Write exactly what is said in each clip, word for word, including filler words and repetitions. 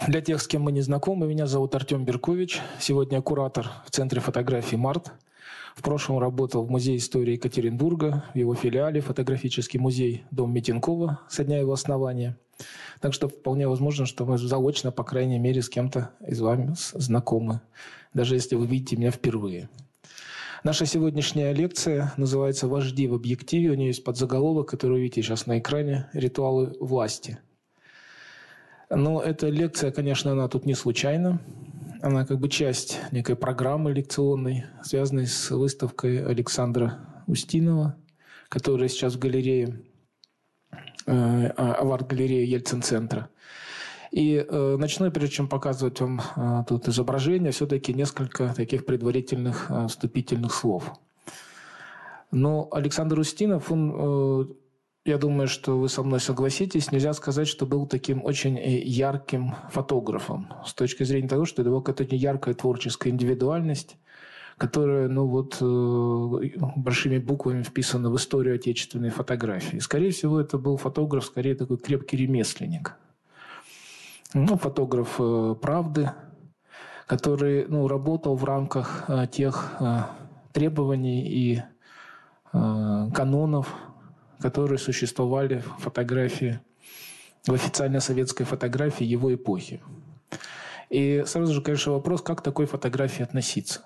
Для тех, с кем мы не знакомы, меня зовут Артем Беркович. Сегодня я куратор в Центре фотографии «Март». В прошлом работал в Музее истории Екатеринбурга, в его филиале фотографический музей «Дом Митенкова» со дня его основания. Так что вполне возможно, что мы заочно, по крайней мере, с кем-то из вами знакомы, даже если вы видите меня впервые. Наша сегодняшняя лекция называется «Вожди в объективе». У нее есть подзаголовок, который вы видите сейчас на экране «Ритуалы власти». Но эта лекция, конечно, она тут не случайна. Она как бы часть некой программы лекционной, связанной с выставкой Александра Устинова, которая сейчас в галерее, э, в арт-галерее Ельцин-центра. И э, начну, прежде чем показывать вам э, тут изображение, все-таки несколько таких предварительных э, вступительных слов. Но Александр Устинов, он, э, я думаю, что вы со мной согласитесь, нельзя сказать, что был таким очень ярким фотографом. С точки зрения того, что это была какая-то яркая творческая индивидуальность, которая, ну вот, э, большими буквами вписана в историю отечественной фотографии. Скорее всего, это был фотограф, скорее такой крепкий ремесленник. Ну, фотограф э, «Правды», который, ну, работал в рамках э, тех э, требований и э, канонов, которые существовали в фотографии, в официальной советской фотографии его эпохи. И сразу же, конечно, вопрос, как к такой фотографии относиться.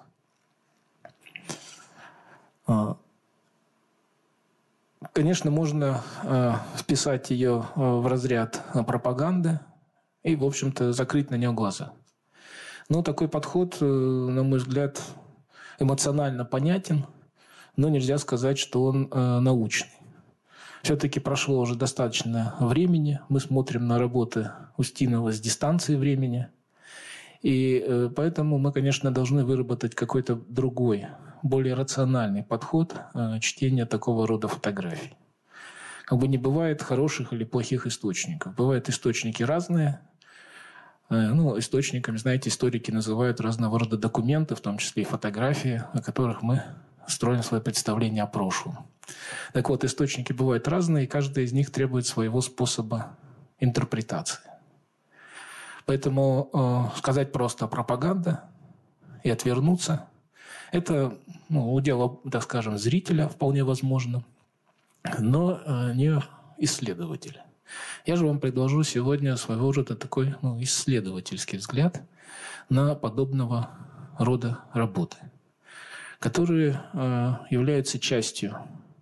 Конечно, можно э, вписать ее в разряд пропаганды и, в общем-то, закрыть на нее глаза. Но такой подход, э, на мой взгляд, эмоционально понятен, но нельзя сказать, что он э, научный. Все-таки прошло уже достаточно времени. Мы смотрим на работы Устинова с дистанции времени. И э, поэтому мы, конечно, должны выработать какой-то другой, более рациональный подход э, чтения такого рода фотографий. Как бы не бывает хороших или плохих источников. Бывают источники разные. Э, ну, источниками, знаете, историки называют разного рода документы, в том числе и фотографии, о которых мы строим свое представление о прошлом. Так вот, источники бывают разные, и каждый из них требует своего способа интерпретации. Поэтому э, сказать просто пропаганда и отвернуться – это, ну, удел, так скажем, зрителя вполне возможно, но э, не исследователя. Я же вам предложу сегодня своего рода такой, ну, исследовательский взгляд на подобного рода работы, которые э, являются частью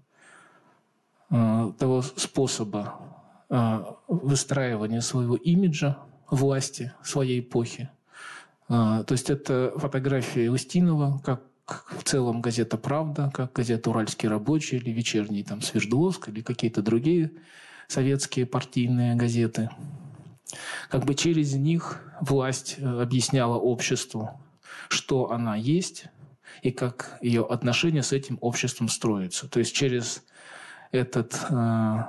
э, того способа э, выстраивания своего имиджа власти своей эпохи. Э, то есть это фотографии Устинова, как в целом газета «Правда», как газета «Уральский рабочий» или «Вечерний» там, «Свердловск» или какие-то другие советские партийные газеты. Как бы через них власть объясняла обществу, что она есть, и как ее отношения с этим обществом строятся. То есть через, этот, э,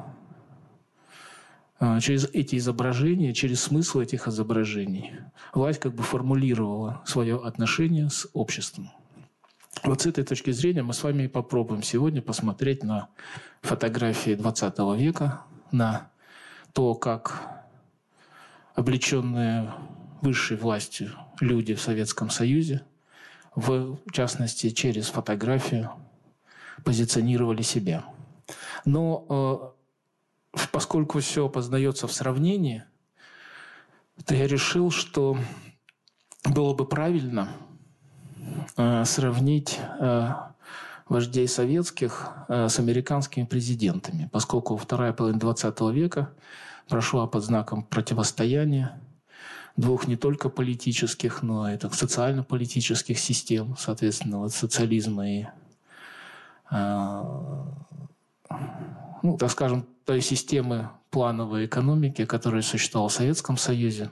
э, через эти изображения, через смысл этих изображений власть как бы формулировала свое отношение с обществом. Вот с этой точки зрения мы с вами и попробуем сегодня посмотреть на фотографии двадцатого века, на то, как облеченные высшей властью люди в Советском Союзе, в частности, через фотографию позиционировали себя. Но э, поскольку все познается в сравнении, то я решил, что было бы правильно э, сравнить э, вождей советских э, с американскими президентами, поскольку вторая половина двадцатого века прошла под знаком противостояния двух не только политических, но и так, социально-политических систем, соответственно, вот социализма и, э, ну, так скажем, той системы плановой экономики, которая существовала в Советском Союзе,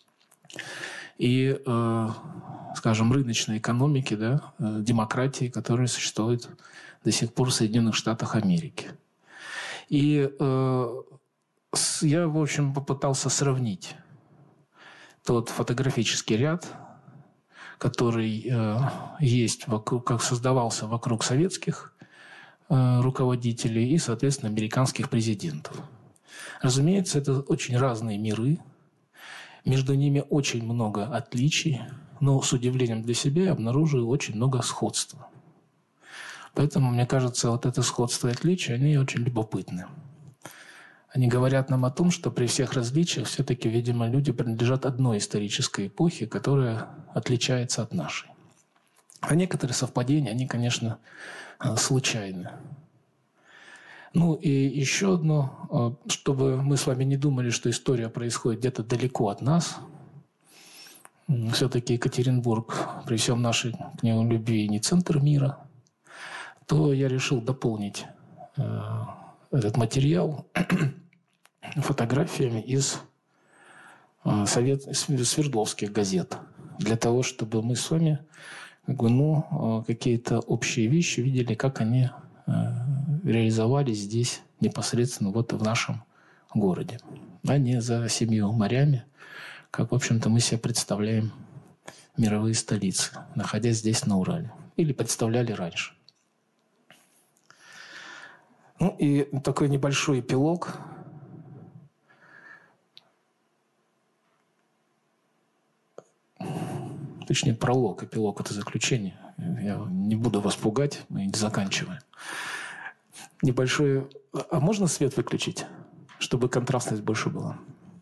и, э, скажем, рыночной экономики, да, э, демократии, которая существует до сих пор в Соединенных Штатах Америки. И э, с, я, в общем, попытался сравнить тот фотографический ряд, который э, есть вокруг, как создавался вокруг советских э, руководителей и, соответственно, американских президентов. Разумеется, это очень разные миры. Между ними очень много отличий, но с удивлением для себя я обнаружил очень много сходства. Поэтому, мне кажется, вот это сходство и отличия, они очень любопытны. Они говорят нам о том, что при всех различиях все-таки, видимо, люди принадлежат одной исторической эпохе, которая отличается от нашей. А некоторые совпадения, они, конечно, случайны. Ну и еще одно, чтобы мы с вами не думали, что история происходит где-то далеко от нас. Все-таки Екатеринбург, при всем нашей к нему любви, не центр мира, то я решил дополнить э, этот материал фотографиями из э, совет, свердловских газет, для того, чтобы мы с вами как бы, ну, э, какие-то общие вещи видели, как они э, реализовались здесь непосредственно вот в нашем городе, а не за семью морями, как, в общем-то, мы себе представляем мировые столицы, находясь здесь, на Урале. Или представляли раньше. Ну и такой небольшой эпилог. Точнее, пролог, эпилог – это заключение. Я не буду вас пугать, мы не заканчиваем. Небольшой... А можно свет выключить, чтобы контрастность больше была?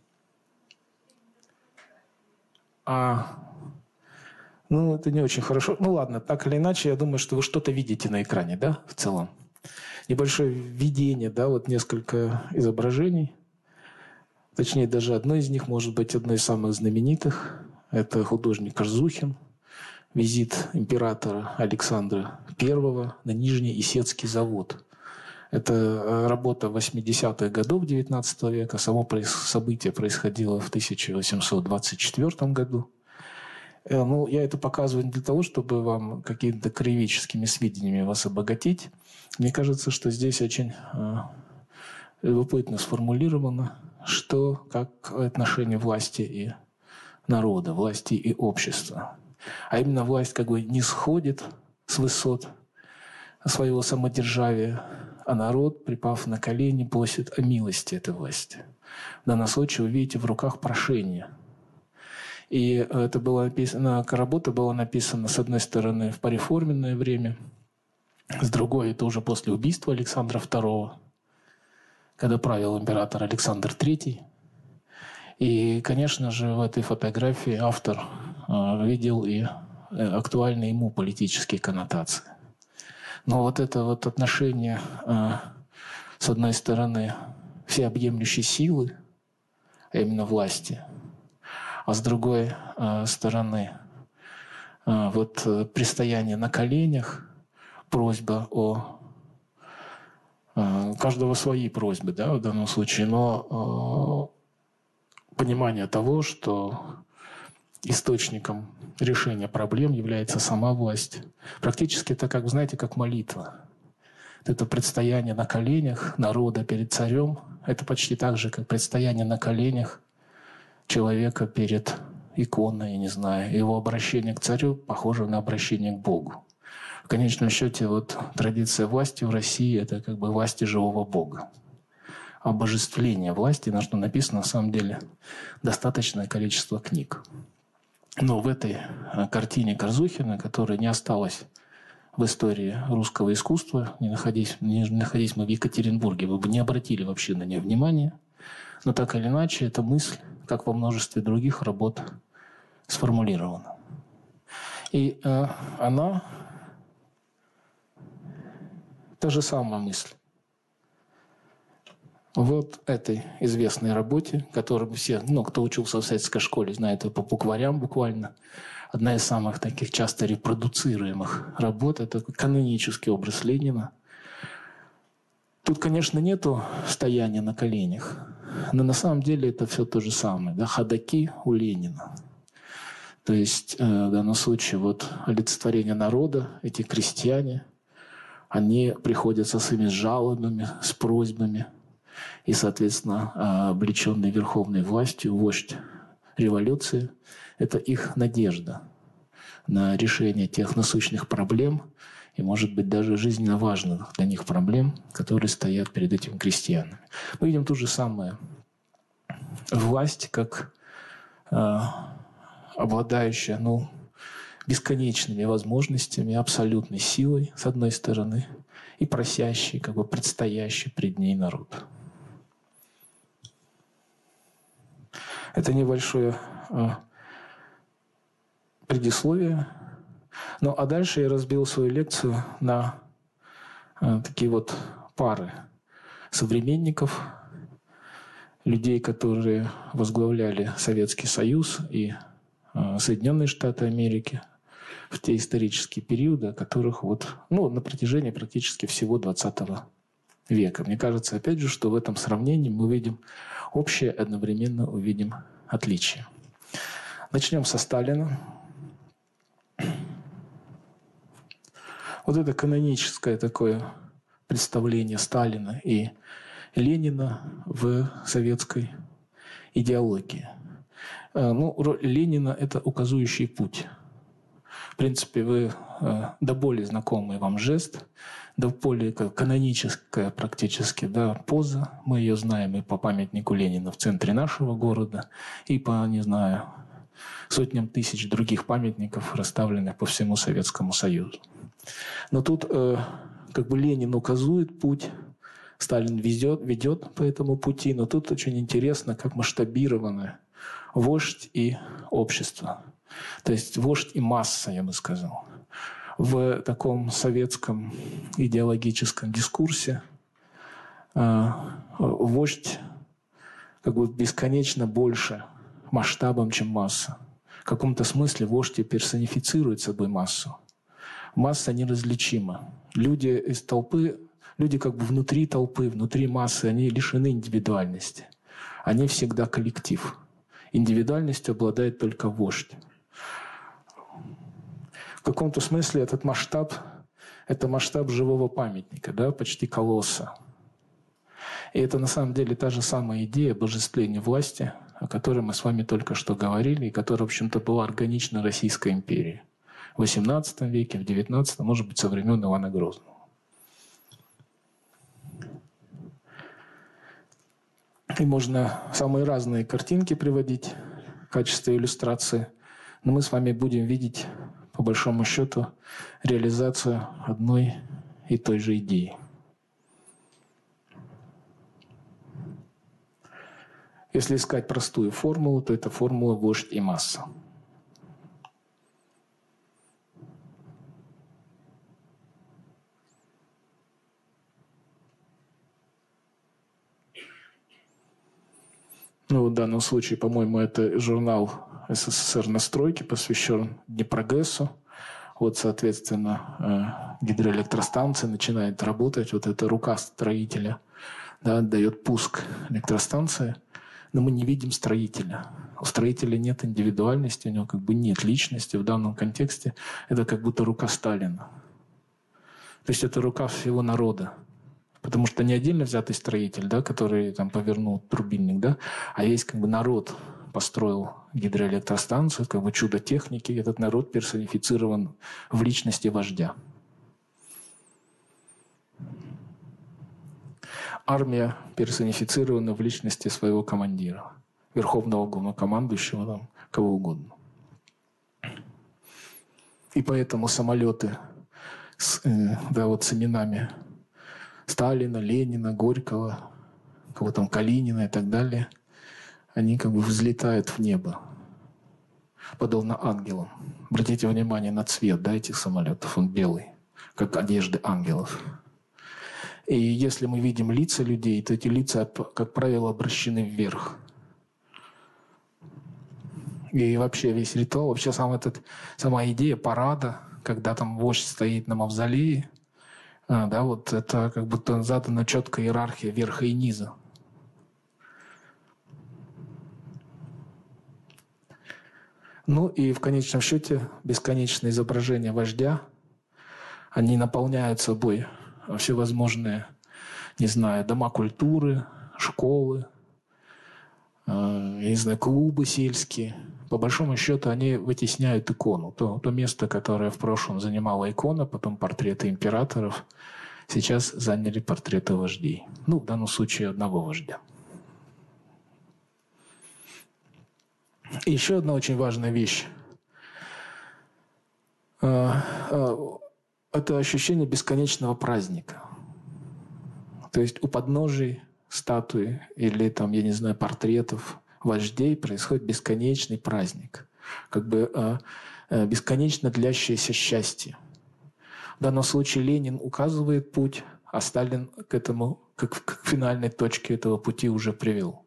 А... Ну, это не очень хорошо. Ну, ладно, так или иначе, я думаю, что вы что-то видите на экране, да, в целом? Небольшое введение, да, вот несколько изображений. Точнее, даже одно из них может быть одно из самых знаменитых. Это художник Корзухин. Визит императора Александра Первого на Нижний Исетский завод. Это работа восьмидесятых годов девятнадцатого века. Само событие происходило в тысяча восемьсот двадцать четвёртом году. Ну, я это показываю не для того, чтобы вам какими-то краеведческими сведениями вас обогатить. Мне кажется, что здесь очень э, любопытно сформулировано, что как отношение власти и народа, власти и общества. А именно власть как бы не сходит с высот своего самодержавия, а народ, припав на колени, просит о милости этой власти. В данном случае вы видите в руках прошение. И это было написано, работа была написана, с одной стороны, в пореформенное время, с другой, это уже после убийства Александра Второго, когда правил император Александр Третий. И, конечно же, в этой фотографии автор э, видел и актуальные ему политические коннотации. Но вот это вот отношение, э, с одной стороны, всеобъемлющей силы, а именно власти, а с другой э, стороны, э, вот э, предстояние на коленях, просьба о... Э, каждого свои просьбы, да, в данном случае, но э, понимание того, что источником решения проблем является сама власть. Практически это, как, знаете, как молитва. Это предстояние на коленях народа перед царем. Это почти так же, как предстояние на коленях человека перед иконой, я не знаю. Его обращение к царю похоже на обращение к Богу. В конечном счете, вот традиция власти в России – это как бы власти живого Бога. Обожествление власти, на что написано на самом деле достаточное количество книг. Но в этой картине Корзухина, которая не осталась в истории русского искусства, не находясь, не находясь мы в Екатеринбурге, вы бы не обратили вообще на нее внимания. Но так или иначе, эта мысль, как во множестве других работ, сформулирована. И э, она, та же самая мысль. Вот этой известной работе, которую все, ну, кто учился в советской школе, знает ее по букварям буквально, одна из самых таких часто репродуцируемых работ – это канонический образ Ленина. Тут, конечно, нету стояния на коленях, но на самом деле это все то же самое. Да? Ходаки у Ленина. То есть э, в данном случае вот олицетворение народа, эти крестьяне, они приходят со своими жалобами, с просьбами. И, соответственно, облеченный верховной властью вождь революции – это их надежда на решение тех насущных проблем и, может быть, даже жизненно важных для них проблем, которые стоят перед этими крестьянами. Мы видим то же самое. Власть как обладающая, ну, бесконечными возможностями, абсолютной силой, с одной стороны, и просящий, как бы предстоящий пред ней народ. Это небольшое а, предисловие. Ну, а дальше я разбил свою лекцию на а, такие вот пары современников, людей, которые возглавляли Советский Союз и а, Соединенные Штаты Америки в те исторические периоды, которых вот, ну, на протяжении практически всего двадцатого века. Мне кажется, опять же, что в этом сравнении мы увидим общее, одновременно увидим отличия. Начнем со Сталина. Вот это каноническое такое представление Сталина и Ленина в советской идеологии. Ну, роль Ленина – это указующий путь. В принципе, вы до боли знакомый вам жест, до более каноническая практически, да, поза. Мы ее знаем и по памятнику Ленина в центре нашего города, и по, не знаю, сотням тысяч других памятников, расставленных по всему Советскому Союзу. Но тут э, как бы Ленин указывает путь, Сталин ведет, ведет по этому пути, но тут очень интересно, как масштабированы вождь и общество. То есть вождь и масса, я бы сказал. В таком советском идеологическом дискурсе э, вождь как бы бесконечно больше масштабом, чем масса. В каком-то смысле вождь и персонифицирует собой массу. Масса неразличима. Люди из толпы, люди как бы внутри толпы, внутри массы, они лишены индивидуальности. Они всегда коллектив. Индивидуальностью обладает только вождь. В каком-то смысле этот масштаб – это масштаб живого памятника, да, почти колосса. И это на самом деле та же самая идея божествления власти, о которой мы с вами только что говорили, и которая, в общем-то, была органична Российской империи в восемнадцатом веке, в девятнадцатом, может быть, со времен Ивана Грозного. И можно самые разные картинки приводить в качестве иллюстрации, но мы с вами будем видеть, по большому счету, реализацию одной и той же идеи. Если искать простую формулу, то это формула вождь и масса. Ну, в данном случае, по-моему, это журнал СССР «Настройки», посвящен Днепрогэссу. Вот, соответственно, гидроэлектростанция начинает работать. Вот эта рука строителя, да, дает пуск электростанции. Но мы не видим строителя. У строителя нет индивидуальности, у него как бы нет личности. В данном контексте это как будто рука Сталина. То есть это рука всего народа. Потому что не отдельно взятый строитель, да, который там повернул турбинник, да, а есть как бы народ построил гидроэлектростанцию, как бы чудо техники. Этот народ персонифицирован в личности вождя. Армия персонифицирована в личности своего командира, верховного главнокомандующего, там, кого угодно. И поэтому самолеты с, э, да, вот с именами Сталина, Ленина, Горького, кого там, Калинина и так далее, они как бы взлетают в небо, подобно ангелам. Обратите внимание на цвет, да, этих самолетов, он белый, как одежды ангелов. И если мы видим лица людей, то эти лица, как правило, обращены вверх. И вообще весь ритуал, вообще сам этот, сама идея парада, когда там вождь стоит на мавзолее, а, да, вот это как будто задана четкая иерархия верха и низа. Ну и в конечном счете бесконечные изображения вождя, они наполняют собой всевозможные, не знаю, дома культуры, школы, э, я не знаю, клубы сельские. По большому счету они вытесняют икону. То, то место, которое в прошлом занимала икона, потом портреты императоров, сейчас заняли портреты вождей. Ну, в данном случае одного вождя. И еще одна очень важная вещь. Это ощущение бесконечного праздника. То есть у подножий статуи или там, я не знаю, портретов вождей происходит бесконечный праздник. Как бы бесконечно длящееся счастье. В данном случае Ленин указывает путь, а Сталин к этому, как к финальной точке этого пути уже привел.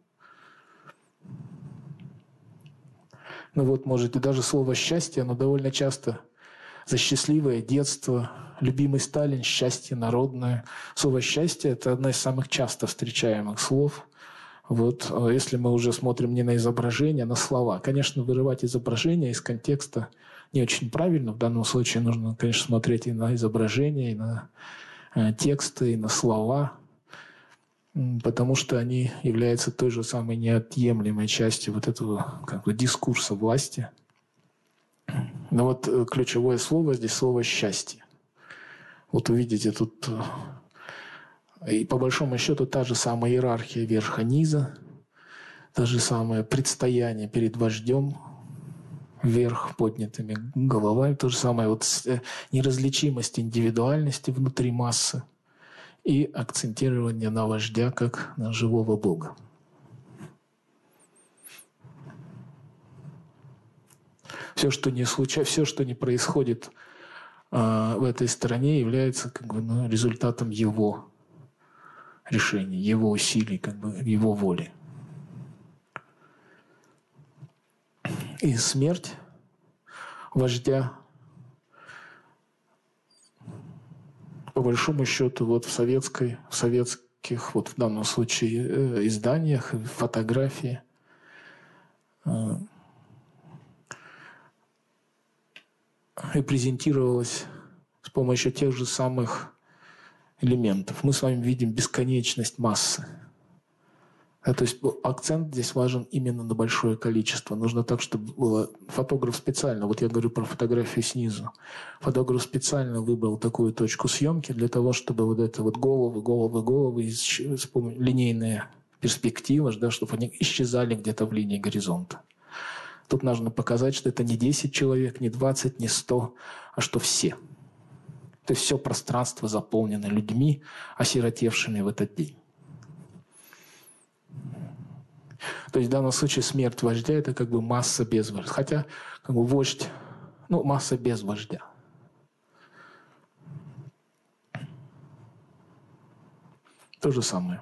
Ну вот, может, и даже слово «счастье», оно довольно часто за счастливое детство, любимый Сталин, счастье народное. Слово «счастье» – это одно из самых часто встречаемых слов. Вот, если мы уже смотрим не на изображение, а на слова. Конечно, вырывать изображение из контекста не очень правильно. В данном случае нужно, конечно, смотреть и на изображение, и на э, тексты, и на слова, потому что они являются той же самой неотъемлемой частью вот этого как бы дискурса власти. Но вот ключевое слово здесь слово «счастье». Вот увидите тут, и по большому счету та же самая иерархия верха-низа, то же самое предстояние перед вождем, вверх поднятыми головами, то же самое вот неразличимость индивидуальности внутри массы и акцентирование на вождя как на живого Бога. Все, что не случается, все, что не происходит э, в этой стране, является как бы, ну, результатом его решений, его усилий, как бы, его воли. И смерть вождя, по большому счету, вот в советской, в советских, вот в данном случае, э, изданиях, фотографии, э, репрезентировалась с помощью тех же самых элементов. Мы с вами видим бесконечность массы. А, то есть акцент здесь важен именно на большое количество. Нужно так, чтобы было... Фотограф специально, вот я говорю про фотографию снизу, фотограф специально выбрал такую точку съемки для того, чтобы вот это вот головы, головы, головы, линейная перспектива, да, чтобы они исчезали где-то в линии горизонта. Тут нужно показать, что это не десять человек, не двадцать, не сто, а что все. То есть все пространство заполнено людьми, осиротевшими в этот день. То есть в данном случае смерть вождя – это как бы масса без вождя. Хотя как бы вождь, ну, масса без вождя. То же самое.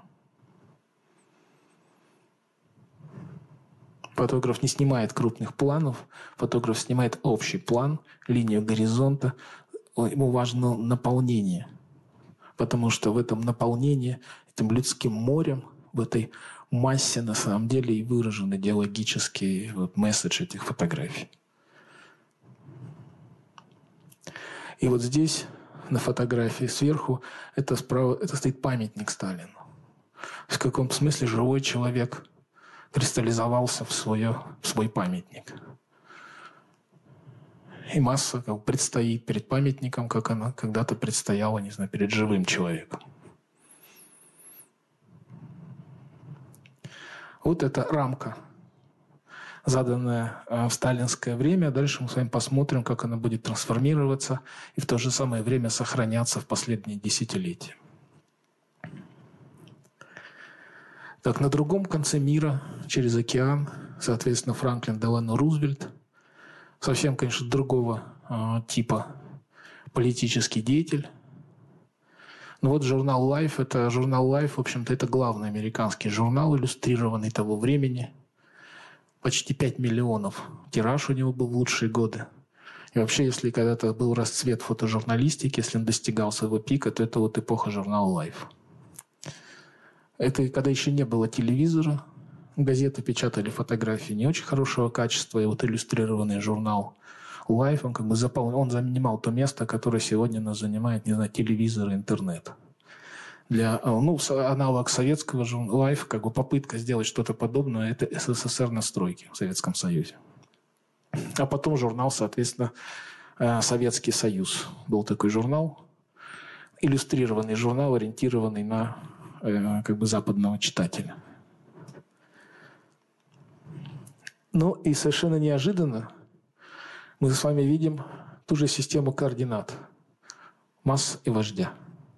Фотограф не снимает крупных планов, фотограф снимает общий план, линию горизонта. Ему важно наполнение, потому что в этом наполнении, этим людским морем, в этой массе на самом деле и выражен идеологический вот месседж этих фотографий. И вот здесь, на фотографии сверху, это, справа, это стоит памятник Сталину. В каком-то смысле живой человек кристаллизовался в, свое, в свой памятник. И масса как бы предстоит перед памятником, как она когда-то предстояла, не знаю, перед живым человеком. Вот эта рамка, заданная в сталинское время. Дальше мы с вами посмотрим, как она будет трансформироваться и в то же самое время сохраняться в последние десятилетия. Так, на другом конце мира, через океан, соответственно, Франклин Делано Рузвельт, совсем, конечно, другого э, типа политический деятель. Но вот журнал Life, это журнал Life, в общем-то, это главный американский журнал, иллюстрированный того времени. Почти пять миллионов тираж у него был в лучшие годы. И вообще, если когда-то был расцвет фотожурналистики, если он достигал своего пика, то это вот эпоха журнала Life. Это когда еще не было телевизора, газеты печатали фотографии не очень хорошего качества, и вот иллюстрированный журнал Life, он как бы заполнил, он занимал то место, которое сегодня нас занимает, не знаю, телевизор и интернет. Для, ну, аналог советского журнала Life, как бы попытка сделать что-то подобное, это СССР на стройке в Советском Союзе. А потом журнал, соответственно, Советский Союз. Был такой журнал, иллюстрированный журнал, ориентированный на как бы западного читателя. Ну и совершенно неожиданно мы с вами видим ту же систему координат масс и вождя.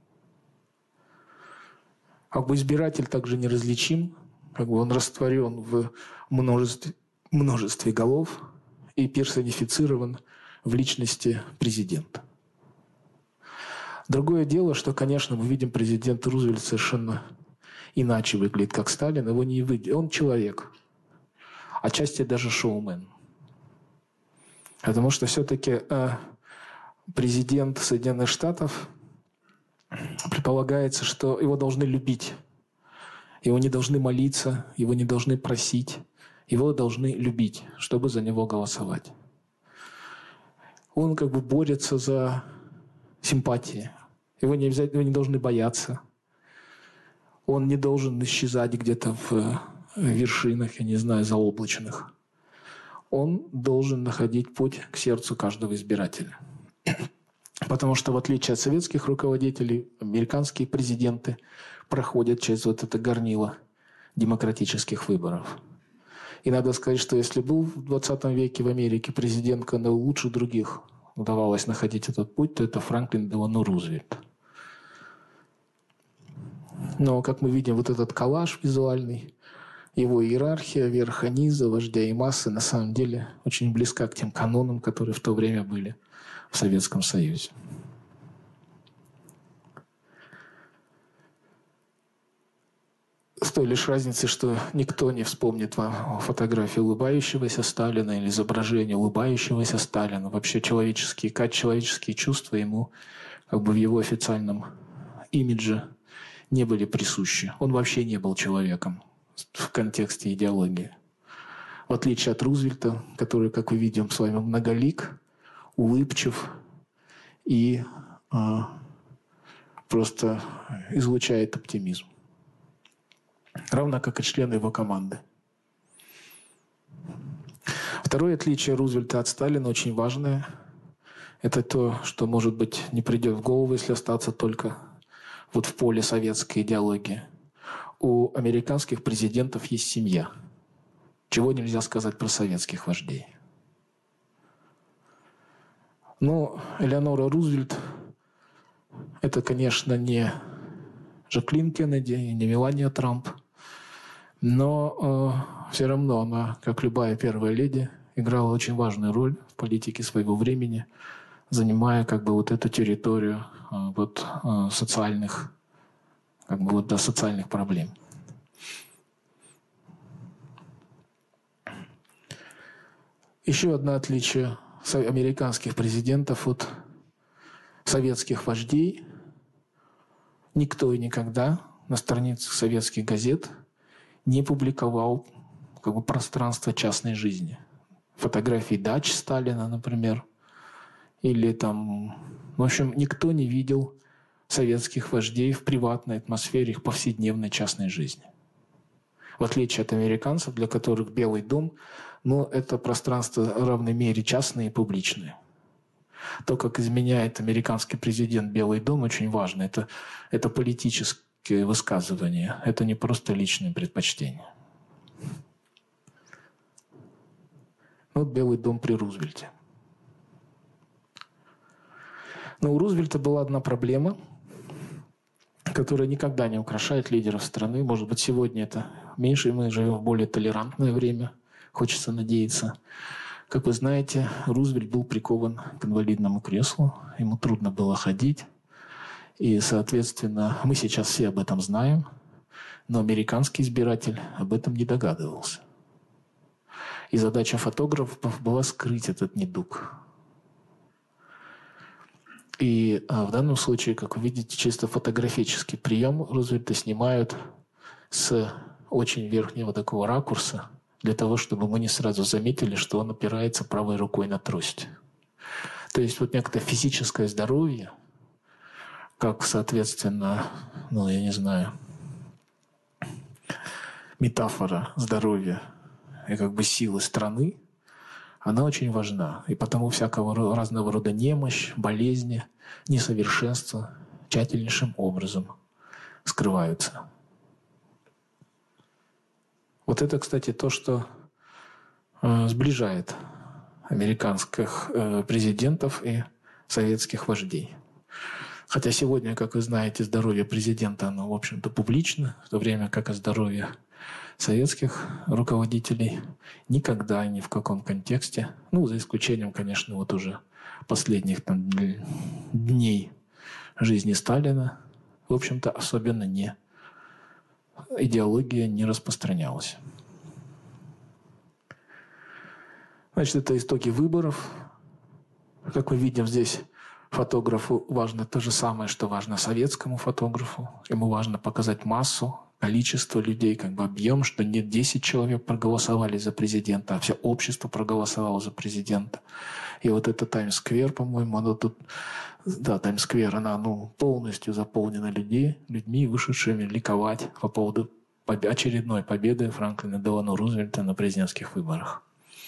Как бы избиратель также неразличим, как бы он растворен в множестве, множестве голов и персонифицирован в личности президента. Другое дело, что, конечно, мы видим президента Рузвельта совершенно иначе выглядит, как Сталин. Его не выйдет. Он человек, отчасти даже шоумен. Потому что все-таки э, президент Соединенных Штатов предполагается, что его должны любить, его не должны молиться, его не должны просить, его должны любить, чтобы за него голосовать. Он как бы борется за симпатии. Его не обязательно, его не должны бояться. Он не должен исчезать где-то в вершинах, я не знаю, заоблачных. Он должен находить путь к сердцу каждого избирателя. Потому что, в отличие от советских руководителей, американские президенты проходят через вот это горнило демократических выборов. И надо сказать, что если был в двадцатом веке в Америке президент, когда лучше других удавалось находить этот путь, то это Франклин Делано Рузвельт. Но, как мы видим, вот этот коллаж визуальный, его иерархия верха, низа, вождя и массы на самом деле очень близка к тем канонам, которые в то время были в Советском Союзе. С той лишь разницей, что никто не вспомнит вам фотографии улыбающегося Сталина или изображение улыбающегося Сталина. Вообще человеческие, человеческие чувства ему как бы в его официальном имидже не были присущи. Он вообще не был человеком в контексте идеологии. В отличие от Рузвельта, который, как мы видим с вами, многолик, улыбчив и э, просто излучает оптимизм. Равно как и члены его команды. Второе отличие Рузвельта от Сталина очень важное. Это то, что, может быть, не придет в голову, если остаться только вот в поле советской идеологии. У американских президентов есть семья. Чего нельзя сказать про советских вождей. Ну, Элеонора Рузвельт – это, конечно, не Жаклин Кеннеди и не Мелания Трамп, но э, все равно она, как любая первая леди, играла очень важную роль в политике своего времени, занимая как бы вот эту территорию э, вот, э, социальных, как бы вот, да, социальных проблем. Еще одно отличие американских президентов от советских вождей. Никто и никогда на страницах советских газет не публиковал как бы пространство частной жизни. Фотографии дач Сталина, например. Или там... В общем, никто не видел советских вождей в приватной атмосфере их повседневной частной жизни. В отличие от американцев, для которых Белый дом, ну, это пространство в равной мере частное и публичное. То, как изменяет американский президент Белый дом, очень важно. Это, это политические высказывания. Это не просто личные предпочтения. Вот Белый дом при Рузвельте. Но у Рузвельта была одна проблема, которая никогда не украшает лидеров страны. Может быть, сегодня это меньше, и мы живем в более толерантное время. Хочется надеяться. Как вы знаете, Рузвельт был прикован к инвалидному креслу. Ему трудно было ходить. И, соответственно, мы сейчас все об этом знаем. Но американский избиратель об этом не догадывался. И задача фотографов была скрыть этот недуг. И а, в данном случае, как вы видите, чисто фотографический прием Рузвельта снимают с очень верхнего такого ракурса, для того, чтобы мы не сразу заметили, что он опирается правой рукой на трость. То есть вот некое физическое здоровье, как, соответственно, ну, я не знаю, метафора здоровья и как бы силы страны, она очень важна. И потому всякого разного рода немощь, болезни, несовершенства тщательнейшим образом скрываются. Вот это, кстати, то, что сближает американских президентов и советских вождей. Хотя сегодня, как вы знаете, здоровье президента, оно, в общем-то, публично, в то время как и здоровье советских руководителей никогда ни в каком контексте, ну, за исключением, конечно, вот уже последних там, дней жизни Сталина, в общем-то, особенно не идеология не распространялась. Значит, это истоки выборов. Как мы видим, здесь фотографу важно то же самое, что важно советскому фотографу. Ему важно показать массу, количество людей, как бы объем, что не десять человек проголосовали за президента, а все общество проголосовало за президента. И вот это Таймс-сквер, по-моему, оно тут... Да, Таймс-сквер, она ну, полностью заполнена людей, людьми, вышедшими ликовать по поводу побе- очередной победы Франклина Делано Рузвельта на президентских выборах.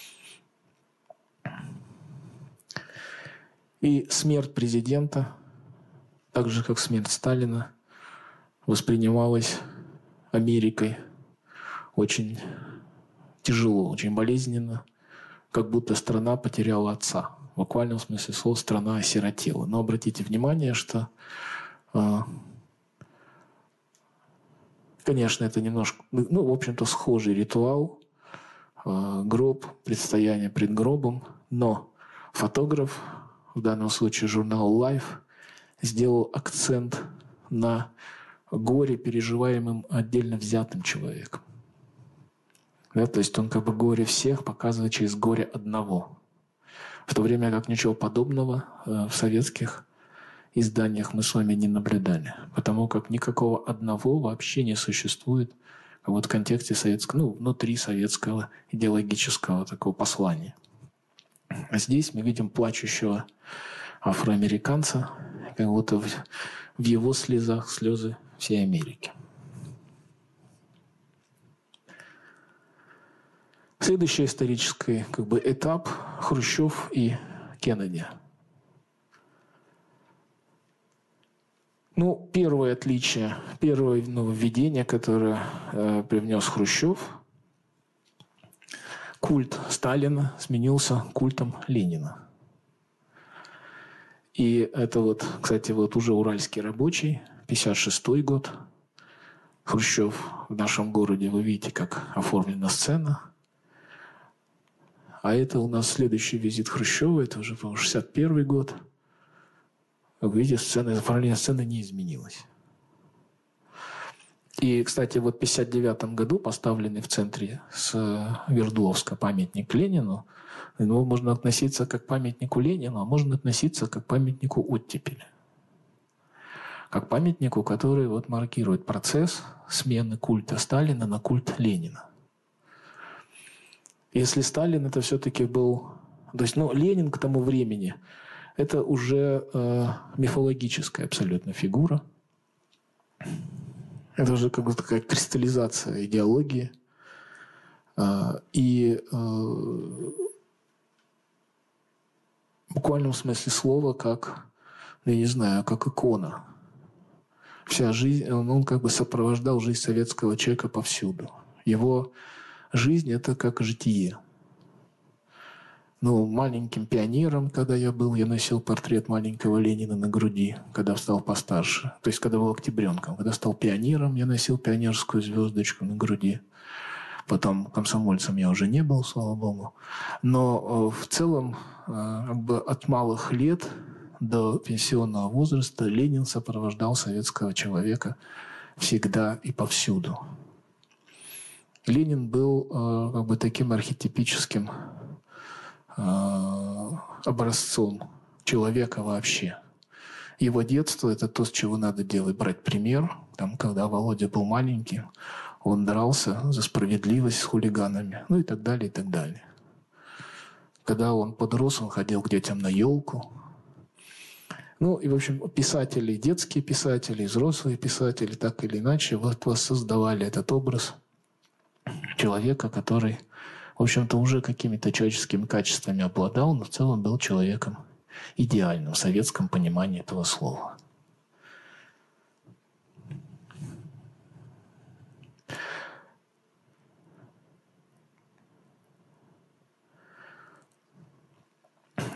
И смерть президента, так же как смерть Сталина, воспринималась Америкой очень тяжело, очень болезненно, как будто страна потеряла отца. В буквальном смысле слова страна осиротела. Но обратите внимание, что, конечно, это немножко, ну, в общем-то, схожий ритуал, гроб, предстояние пред гробом, но фотограф, в данном случае журнал Life, сделал акцент на горе, переживаемым отдельно взятым человеком. Да, то есть он как бы горе всех показывает через горе одного. В то время как ничего подобного в советских изданиях мы с вами не наблюдали. Потому как никакого одного вообще не существует вот в контексте советского, ну, внутри советского идеологического такого послания. А здесь мы видим плачущего афроамериканца, как будто в, в его слезах слезы всей Америки. Следующий исторический как бы, этап – Хрущев и Кеннеди. Ну, первое отличие, первое нововведение, которое э, привнес Хрущев, культ Сталина сменился культом Ленина. И это вот, кстати, вот уже уральский рабочий, пятьдесят шестой год. Хрущев в нашем городе, вы видите, как оформлена сцена. А это у нас следующий визит Хрущева, это уже, по-моему, шестьдесят первый год. Вы видите, сцена, оформление сцены не изменилось. И, кстати, вот в пятьдесят девятом году поставленный в центре с Свердловска памятник Ленину, его можно относиться как к памятнику Ленину, а можно относиться как к памятнику оттепели. Как памятнику, который вот маркирует процесс смены культа Сталина на культ Ленина. Если Сталин это все-таки был... То есть, ну, Ленин к тому времени это уже э, мифологическая абсолютно фигура. Это уже как бы такая кристаллизация идеологии. Э, и э, в буквальном смысле слова, как, я не знаю, как икона. Вся жизнь, он, он как бы сопровождал жизнь советского человека повсюду. Его жизнь – это как житие. Ну, маленьким пионером, когда я был, я носил портрет маленького Ленина на груди, когда стал постарше. То есть, когда был октябренком. Когда стал пионером, я носил пионерскую звездочку на груди. Потом комсомольцем я уже не был, слава богу. Но э, в целом, э, как бы от малых лет до пенсионного возраста Ленин сопровождал советского человека всегда и повсюду. Ленин был э, как бы таким архетипическим образцом человека вообще. Его детство – это то, с чего надо делать, брать пример. Там, когда Володя был маленький, он дрался за справедливость с хулиганами, ну и так далее, и так далее. Когда он подрос, он ходил к детям на елку. Ну и, в общем, писатели, детские писатели, взрослые писатели, так или иначе, вот воссоздавали этот образ человека, который, в общем-то, уже какими-то человеческими качествами обладал, но в целом был человеком идеальным в советском понимании этого слова.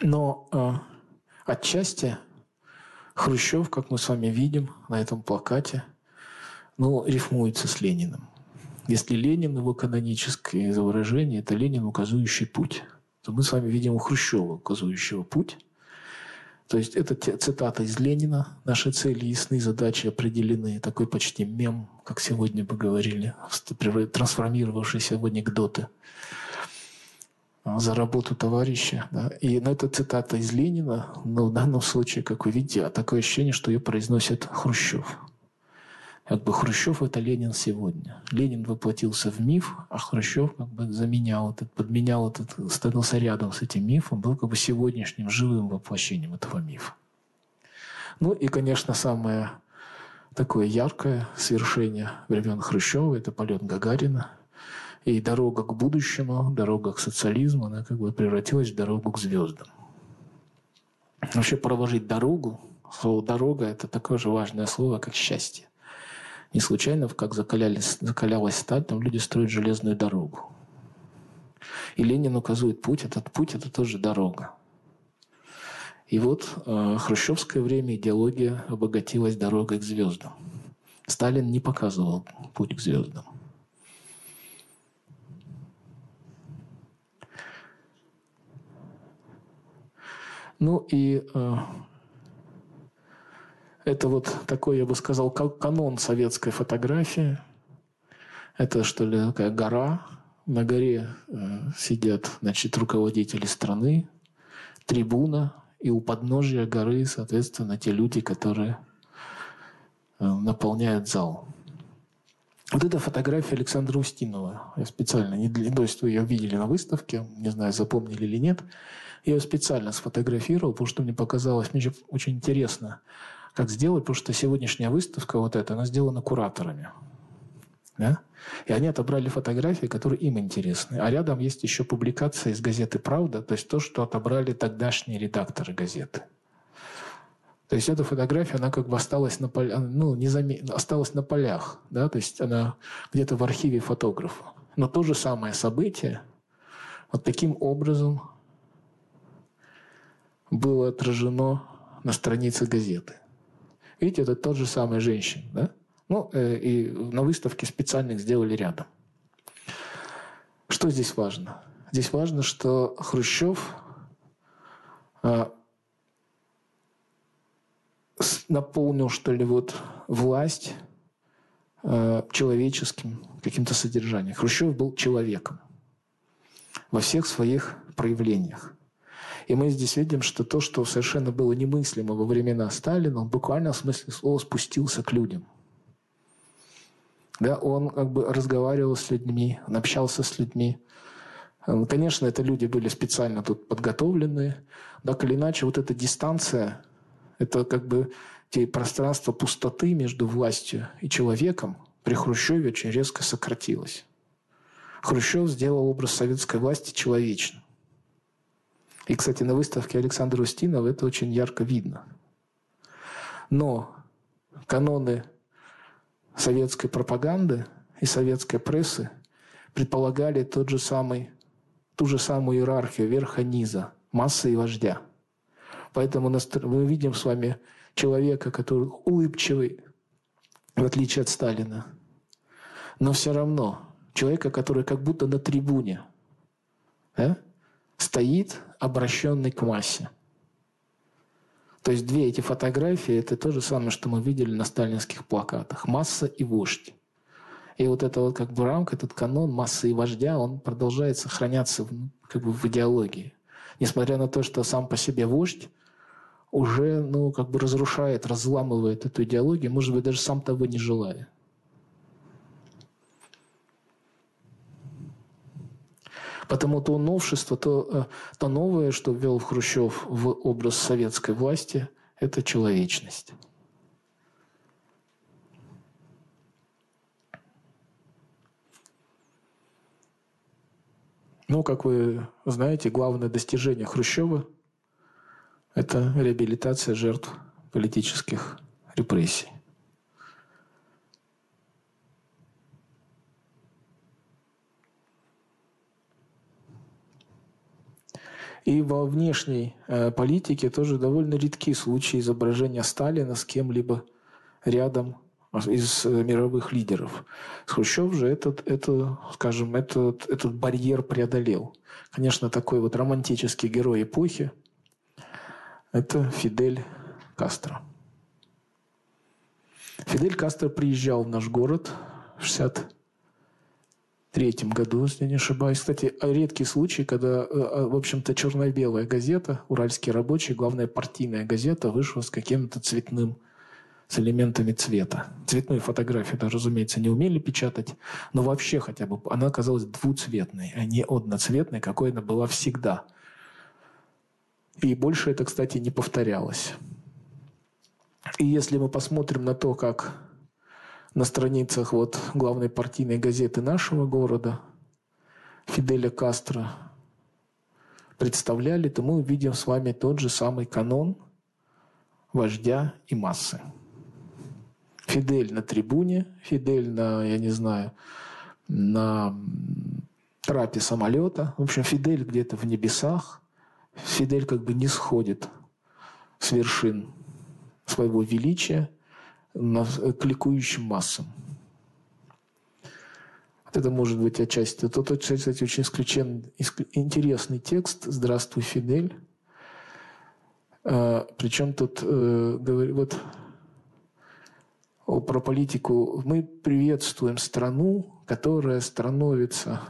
Но э, отчасти Хрущев, как мы с вами видим на этом плакате, ну, рифмуется с Лениным. Если Ленин, его каноническое выражение, это Ленин, указывающий путь, то мы с вами видим у Хрущева, указывающего путь. То есть это цитата из Ленина. Наши цели ясны, задачи определены. Такой почти мем, как сегодня бы говорили, трансформировавшийся в анекдоты за работу товарища. Да? И ну, это цитата из Ленина, но в данном случае, как вы видите, такое ощущение, что ее произносит Хрущев. Как бы Хрущев – это Ленин сегодня. Ленин воплотился в миф, а Хрущев как бы заменял этот, подменял этот, становился рядом с этим мифом, был как бы сегодняшним живым воплощением этого мифа. Ну и, конечно, самое такое яркое свершение времен Хрущева – это полет Гагарина. И дорога к будущему, дорога к социализму, она как бы превратилась в дорогу к звездам. Вообще проложить дорогу, слово «дорога» – это такое же важное слово, как «счастье». Не случайно, как закалялись, закалялась сталь, там люди строят железную дорогу. И Ленин указывает путь, этот путь – это тоже дорога. И вот э, в хрущевское время идеология обогатилась дорогой к звездам. Сталин не показывал путь к звездам. Ну и э, это вот такой, я бы сказал, канон советской фотографии. Это, что ли, такая гора. На горе э, сидят, значит, руководители страны, трибуна, и у подножия горы, соответственно, те люди, которые э, наполняют зал. Вот эта фотография Александра Устинова. Я специально, не для, то есть вы ее видели на выставке, не знаю, запомнили или нет. Я ее специально сфотографировал, потому что мне показалось, мне очень интересно, как сделать, потому что сегодняшняя выставка вот эта, она сделана кураторами. Да? И они отобрали фотографии, которые им интересны. А рядом есть еще публикация из газеты «Правда», то есть то, что отобрали тогдашние редакторы газеты. То есть эта фотография, она как бы осталась на, полях, ну, не зам... осталась на полях, да? То есть она где-то в архиве фотографа. Но то же самое событие вот таким образом было отражено на странице газеты. Видите, это тот же самый женщина, да? Ну, э, и на выставке специально их сделали рядом. Что здесь важно? Здесь важно, что Хрущев э, наполнил, что ли, вот власть э, человеческим каким-то содержанием. Хрущев был человеком во всех своих проявлениях. И мы здесь видим, что то, что совершенно было немыслимо во времена Сталина, он буквально в смысле слова спустился к людям. Да, он как бы разговаривал с людьми, он общался с людьми. Конечно, это люди были специально тут подготовленные. Так или иначе, вот эта дистанция, это как бы те пространства пустоты между властью и человеком при Хрущеве очень резко сократилось. Хрущев сделал образ советской власти человечным. И, кстати, на выставке Александра Устинова это очень ярко видно. Но каноны советской пропаганды и советской прессы предполагали тот же самый, ту же самую иерархию верха-низа, массы и вождя. Поэтому мы видим с вами человека, который улыбчивый, в отличие от Сталина, но все равно человека, который как будто на трибуне, да, стоит, обращенный к массе. То есть две эти фотографии – это то же самое, что мы видели на сталинских плакатах. Масса и вождь. И вот эта вот как бы рамка, этот канон массы и вождя, он продолжает сохраняться в, как бы в идеологии. Несмотря на то, что сам по себе вождь уже ну, как бы разрушает, разламывает эту идеологию, может быть, даже сам того не желая. Потому то новшество, то, то новое, что ввел Хрущев в образ советской власти, это человечность. Ну, как вы знаете, главное достижение Хрущева – это реабилитация жертв политических репрессий. И во внешней э, политике тоже довольно редки случаи изображения Сталина с кем-либо рядом из э, мировых лидеров. Хрущев же этот, это, скажем, этот, этот барьер преодолел. Конечно, такой вот романтический герой эпохи – это Фидель Кастро. Фидель Кастро приезжал в наш город в шестьдесят третьем году, если не ошибаюсь. Кстати, редкий случай, когда, в общем-то, черно-белая газета, «Уральский рабочий», главная партийная газета, вышла с каким-то цветным, с элементами цвета. Цветную фотографию, да, разумеется, не умели печатать, но вообще хотя бы она оказалась двуцветной, а не одноцветной, какой она была всегда. И больше это, кстати, не повторялось. И если мы посмотрим на то, как на страницах вот главной партийной газеты нашего города Фиделя Кастро представляли, то мы увидим с вами тот же самый канон вождя и массы. Фидель на трибуне, Фидель на, я не знаю, на трапе самолета. В общем, Фидель где-то в небесах. Фидель как бы не сходит с вершин своего величия к ликующим массам. Вот это может быть отчасти. Тут, кстати, очень исключен, интересный текст «Здравствуй, Фидель». А, причем тут э, говорит вот про политику. Мы приветствуем страну, которая становится,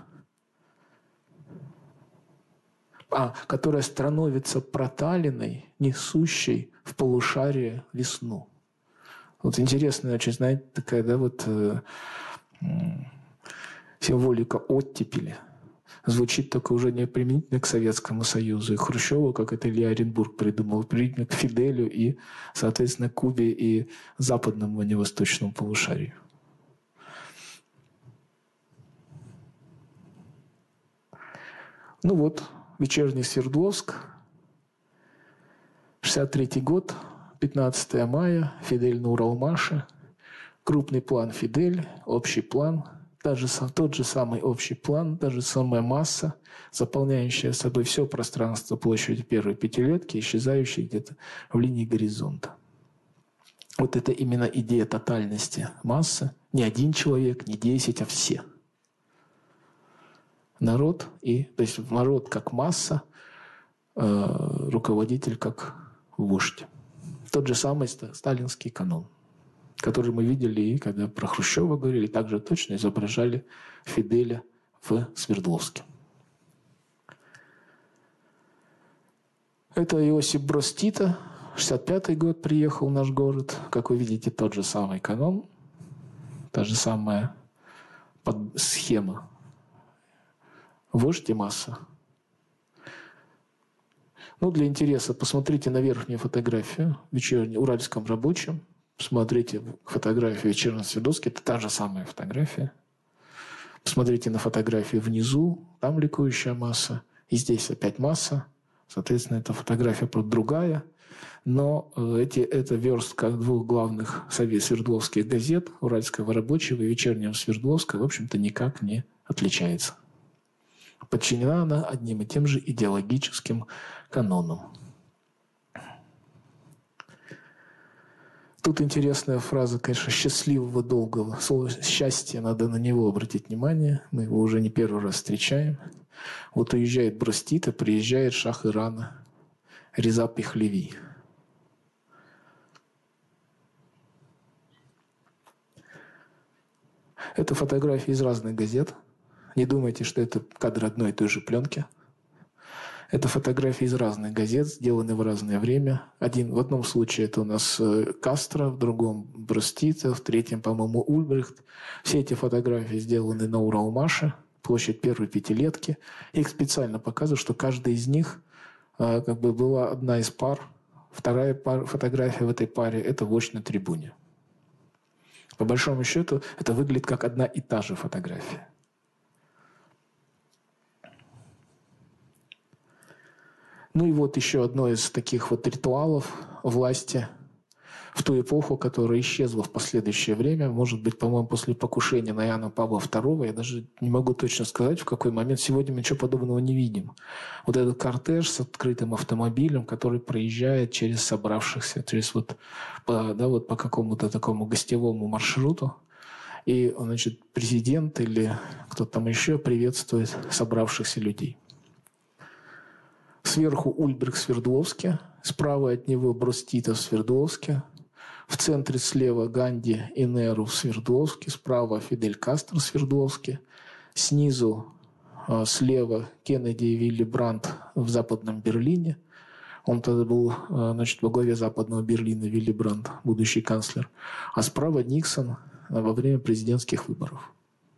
а, которая становится проталиной, несущей в полушарие весну. Вот интересная очень, знаете, такая, да, вот э, э, символика оттепели. Звучит только уже не применительно к Советскому Союзу и Хрущеву, как это Илья Оренбург придумал, применительно к Фиделю и, соответственно, Кубе и западному, а не восточному полушарию. Ну вот, вечерний Свердловск, шестьдесят третий год, пятнадцатое мая, Фидель на Уралмаше, крупный план Фидель, общий план, даже, тот же самый общий план, та же самая масса, заполняющая собой все пространство площади первой пятилетки, исчезающей где-то в линии горизонта. Вот это именно идея тотальности массы. Не один человек, не десять, а все. Народ, и, то есть народ как масса, э, руководитель как вождь. Тот же самый сталинский канон, который мы видели, и когда про Хрущева говорили, также точно изображали Фиделя в Свердловске. Это Иосип Брос Тито, шестьдесят пятый год приехал в наш город. Как вы видите, тот же самый канон, та же самая схема. Вождь и масса. Ну, для интереса посмотрите на верхнюю фотографию в вечернем Уральском рабочем. Посмотрите фотографию в вечернем Свердловске. Это та же самая фотография. Посмотрите на фотографию внизу. Там ликующая масса. И здесь опять масса. Соответственно, эта фотография просто другая. Но эти, это верстка двух главных свердловских газет, Уральского рабочего и вечернего Свердловска, в общем-то, никак не отличается. Подчинена она одним и тем же идеологическим канонам. Тут интересная фраза, конечно, счастливого долгого. Слово «счастье», надо на него обратить внимание. Мы его уже не первый раз встречаем. Вот уезжает Брос Тито, приезжает шах Ирана Реза Пехлеви. Это фотографии из разных газет. Не думайте, что это кадры одной и той же пленки. Это фотографии из разных газет, сделаны в разное время. Один, в одном случае это у нас Кастро, в другом Брос Тито, в третьем, по-моему, Ульбрихт. Все эти фотографии сделаны на Уралмаше, площадь первой пятилетки. Их специально показывают, что каждая из них как бы была одна из пар. Вторая пар, фотография в этой паре – это вождь на трибуне. По большому счету, это выглядит как одна и та же фотография. Ну и вот еще одно из таких вот ритуалов власти в ту эпоху, которая исчезла в последующее время. Может быть, по-моему, после покушения на Иоанна Павла второго. Я даже не могу точно сказать, в какой момент. Сегодня мы ничего подобного не видим. Вот этот кортеж с открытым автомобилем, который проезжает через собравшихся, через вот по, да, вот по какому-то такому гостевому маршруту. И, значит, президент или кто-то там еще приветствует собравшихся людей. Сверху Ульбрих в Свердловске, справа от него Брос-Тито в Свердловске, в центре слева Ганди и Неру в Свердловске, справа Фидель Кастро в Свердловске, снизу э, слева Кеннеди и Вилли Брандт в Западном Берлине. Он тогда был э, значит, во главе Западного Берлина, Вилли Брандт, будущий канцлер. А справа Никсон во время президентских выборов.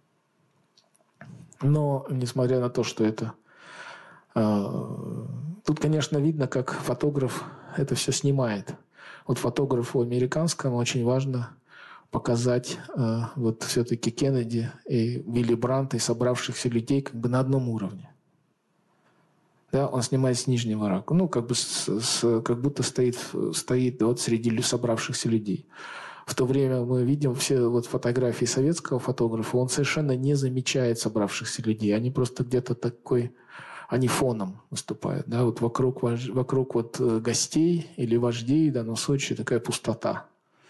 Но, несмотря на то, что это... Э, тут, конечно, видно, как фотограф это все снимает. Вот фотографу американскому очень важно показать э, вот все-таки Кеннеди и Вилли Брандта и собравшихся людей как бы на одном уровне. Да, он снимает с нижнего ракурса, ну, как бы с, с, как будто стоит, стоит вот среди собравшихся людей. В то время мы видим все вот фотографии советского фотографа, он совершенно не замечает собравшихся людей. Они просто где-то такой, они фоном выступают. Да? Вот вокруг, вокруг вот гостей или вождей, в данном случае, такая пустота.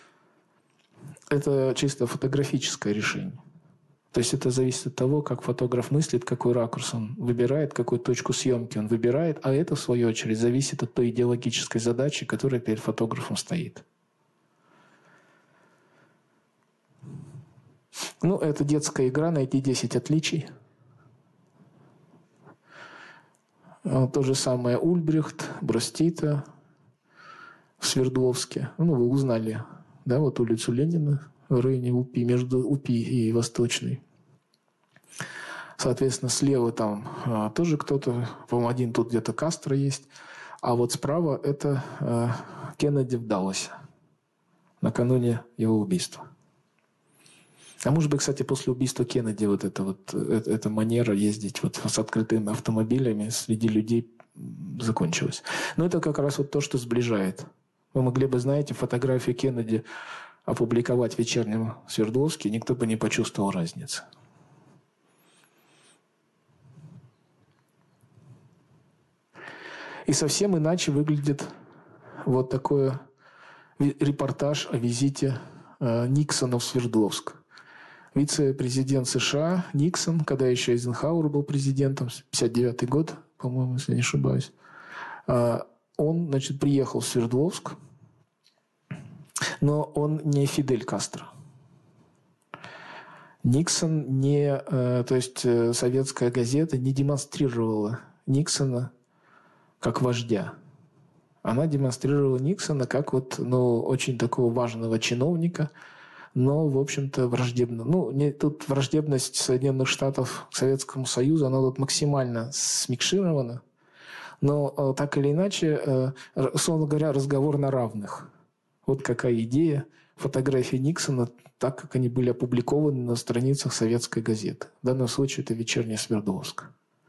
Это чисто фотографическое решение. То есть это зависит от того, как фотограф мыслит, какой ракурс он выбирает, какую точку съемки он выбирает, а это, в свою очередь, зависит от той идеологической задачи, которая перед фотографом стоит. Ну, это детская игра, найти десять отличий. То же самое Ульбрихт, Брос-Тито в Свердловске. Ну, вы узнали, да, вот улицу Ленина в районе УПИ, между УПИ и Восточной. Соответственно, слева там а, тоже кто-то, по-моему, один тут где-то Кастро есть. А вот справа это а, Кеннеди в Далласе накануне его убийства. А может быть, кстати, после убийства Кеннеди вот эта вот эта, эта манера ездить вот с открытыми автомобилями среди людей закончилась. Но это как раз вот то, что сближает. Вы могли бы, знаете, фотографию Кеннеди опубликовать в вечернем Свердловске, никто бы не почувствовал разницы. И совсем иначе выглядит вот такой репортаж о визите э, Никсона в Свердловск. Вице-президент США Никсон, когда еще Эйзенхауэр был президентом, пятьдесят девятый год, по-моему, если я не ошибаюсь, он, значит, приехал в Свердловск, но он не Фидель Кастро. Никсон не... То есть советская газета не демонстрировала Никсона как вождя. Она демонстрировала Никсона как вот, ну, очень такого важного чиновника, но, в общем-то, враждебно. Ну, не, тут враждебность Соединенных Штатов к Советскому Союзу, она тут максимально смикширована. Но э, так или иначе, э, условно говоря, разговор на равных. Вот какая идея фотографии Никсона, так как они были опубликованы на страницах советской газеты. В данном случае это «Вечерний Свердловск».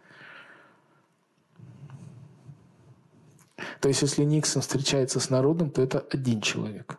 То есть, если Никсон встречается с народом, то это один человек.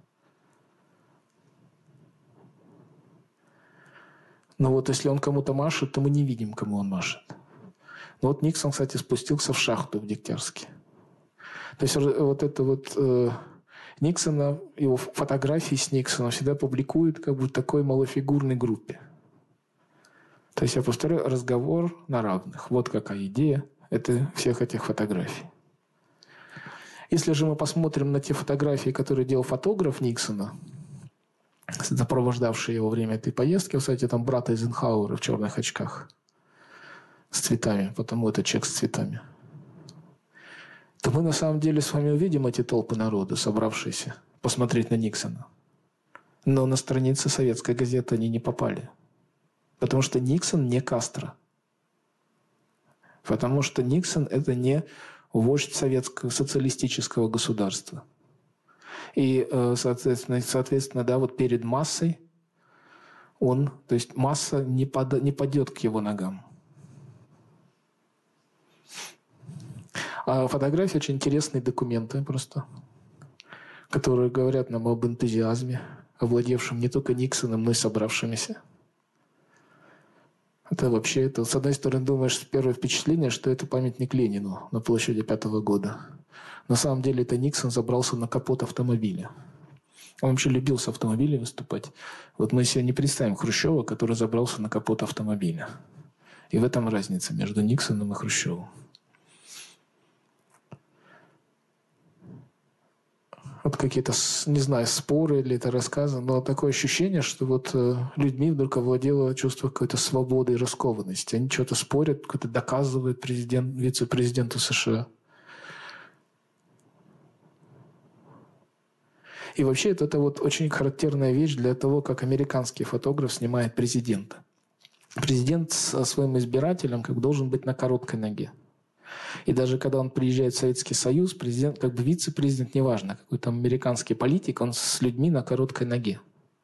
Но вот если он кому-то машет, то мы не видим, кому он машет. Но вот Никсон, кстати, спустился в шахту в Дегтярске. То есть вот это вот э, Никсона, его фотографии с Никсоном всегда публикуют как бы в такой малофигурной группе. То есть я повторяю, разговор на равных. Вот какая идея это всех этих фотографий. Если же мы посмотрим на те фотографии, которые делал фотограф Никсона, сопровождавший его во время этой поездки, кстати, там брат Эйзенхауэра в черных очках с цветами, потому это человек с цветами, то мы на самом деле с вами увидим эти толпы народа, собравшиеся посмотреть на Никсона. Но на страницы советской газеты они не попали. Потому что Никсон не Кастро. Потому что Никсон – это не вождь советского социалистического государства. И, соответственно, соответственно, да, вот перед массой он, то есть масса не, под, не падет к его ногам. А фотографии очень интересные документы просто, которые говорят нам об энтузиазме, овладевшем не только Никсоном, но и собравшимися. Это вообще, это, с одной стороны, думаешь, первое впечатление, что это памятник Ленину на площади пятого года. На самом деле это Никсон забрался на капот автомобиля. Он вообще любил с автомобиля выступать. Вот мы себе не представим Хрущева, который забрался на капот автомобиля. И в этом разница между Никсоном и Хрущевым. Вот какие-то, не знаю, споры или это рассказы, но такое ощущение, что вот э, людьми вдруг овладело чувство какой-то свободы и раскованности. Они что-то спорят, какое-то доказывают президент, вице-президенту США. И вообще это, это вот очень характерная вещь для того, как американский фотограф снимает президента. Президент со своим избирателем как бы должен быть на короткой ноге. И даже когда он приезжает в Советский Союз, президент, как бы вице-президент, неважно, какой там американский политик, он с людьми на короткой ноге.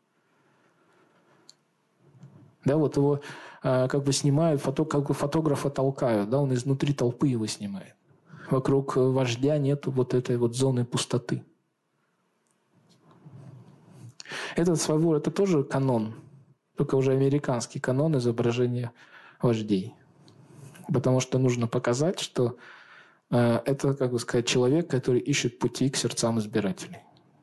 Да, вот его э, как бы снимают, фото, как бы фотографа толкают, да, он изнутри толпы его снимает. Вокруг вождя нет вот этой вот зоны пустоты. Это своего, это тоже канон, только уже американский канон изображения вождей. Потому что нужно показать, что э, это, как бы сказать, человек, который ищет пути к сердцам избирателей.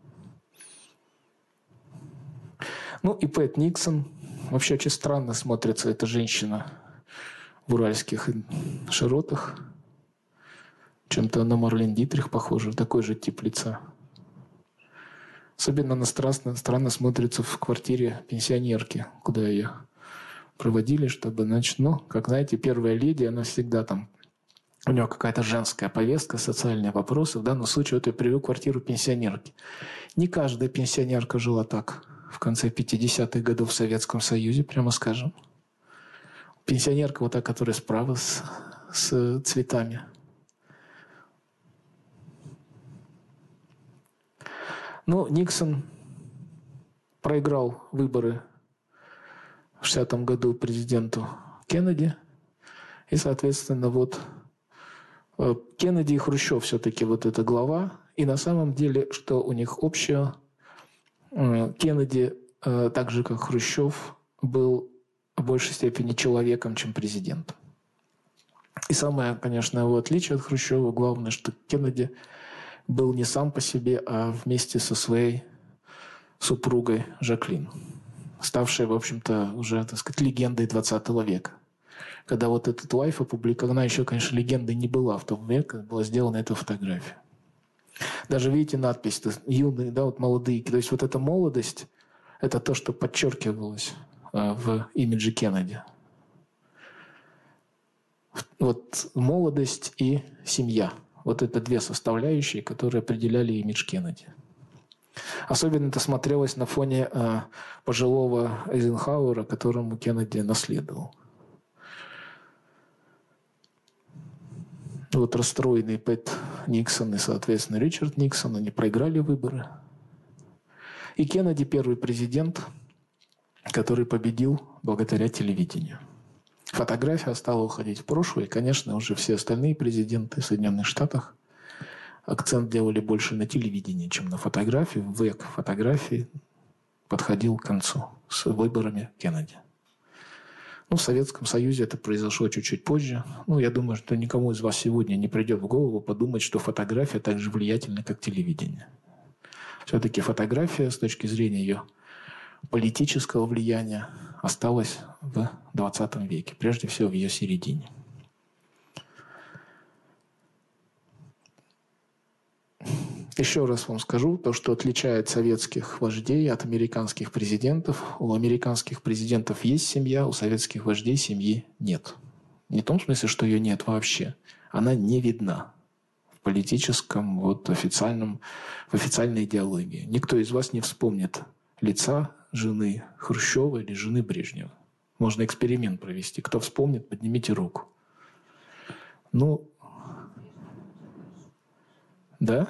Ну и Пэт Никсон. Вообще очень странно смотрится эта женщина в уральских широтах. Чем-то на Марлен Дитрих похожа, такой же тип лица. Особенно она странно, странно смотрится в квартире пенсионерки, куда ее проводили, чтобы, значит, ну, как знаете, первая леди, она всегда там, у нее какая-то женская повестка, социальные вопросы. В данном случае вот я привел квартиру пенсионерки. Не каждая пенсионерка жила так в конце пятидесятых годов в Советском Союзе, прямо скажем. Пенсионерка вот та, которая справа с, с цветами. Ну, Никсон проиграл выборы в шестидесятом году президенту Кеннеди. И, соответственно, вот Кеннеди и Хрущев все-таки вот эта глава. И на самом деле, что у них общее, Кеннеди, так же как Хрущев, был в большей степени человеком, чем президентом. И самое, конечно, его отличие от Хрущева, главное, что Кеннеди был не сам по себе, а вместе со своей супругой Жаклин, ставшая, в общем-то, уже, так сказать, легендой двадцатого века. Когда вот этот лайф опубликован, она еще, конечно, легендой не была в том веке, когда была сделана эта фотография. Даже, видите, надпись, юные, да, вот молодые. То есть вот эта молодость, это то, что подчеркивалось э, в имидже Кеннеди. Вот молодость и семья. Вот это две составляющие, которые определяли имидж Кеннеди. Особенно это смотрелось на фоне э, пожилого Эйзенхауэра, которому Кеннеди наследовал. Вот расстроенный Пэт Никсон и, соответственно, Ричард Никсон, они проиграли выборы. И Кеннеди первый президент, который победил благодаря телевидению. Фотография стала уходить в прошлое, и, конечно, уже все остальные президенты в Соединенных Штатах акцент делали больше на телевидении, чем на фотографии. Век фотографии подходил к концу с выборами Кеннеди. Ну, в Советском Союзе это произошло чуть-чуть позже. Ну, я думаю, что никому из вас сегодня не придет в голову подумать, что фотография так же влиятельна, как телевидение. Все-таки фотография с точки зрения ее политического влияния осталась в двадцатом веке, прежде всего в ее середине. Еще раз вам скажу, то, что отличает советских вождей от американских президентов. У американских президентов есть семья, у советских вождей семьи нет. Не в том смысле, что ее нет вообще. Она не видна в политическом, вот, официальном, в официальной идеологии. Никто из вас не вспомнит лица жены Хрущева или жены Брежнева. Можно эксперимент провести. Кто вспомнит, поднимите руку. Ну, да?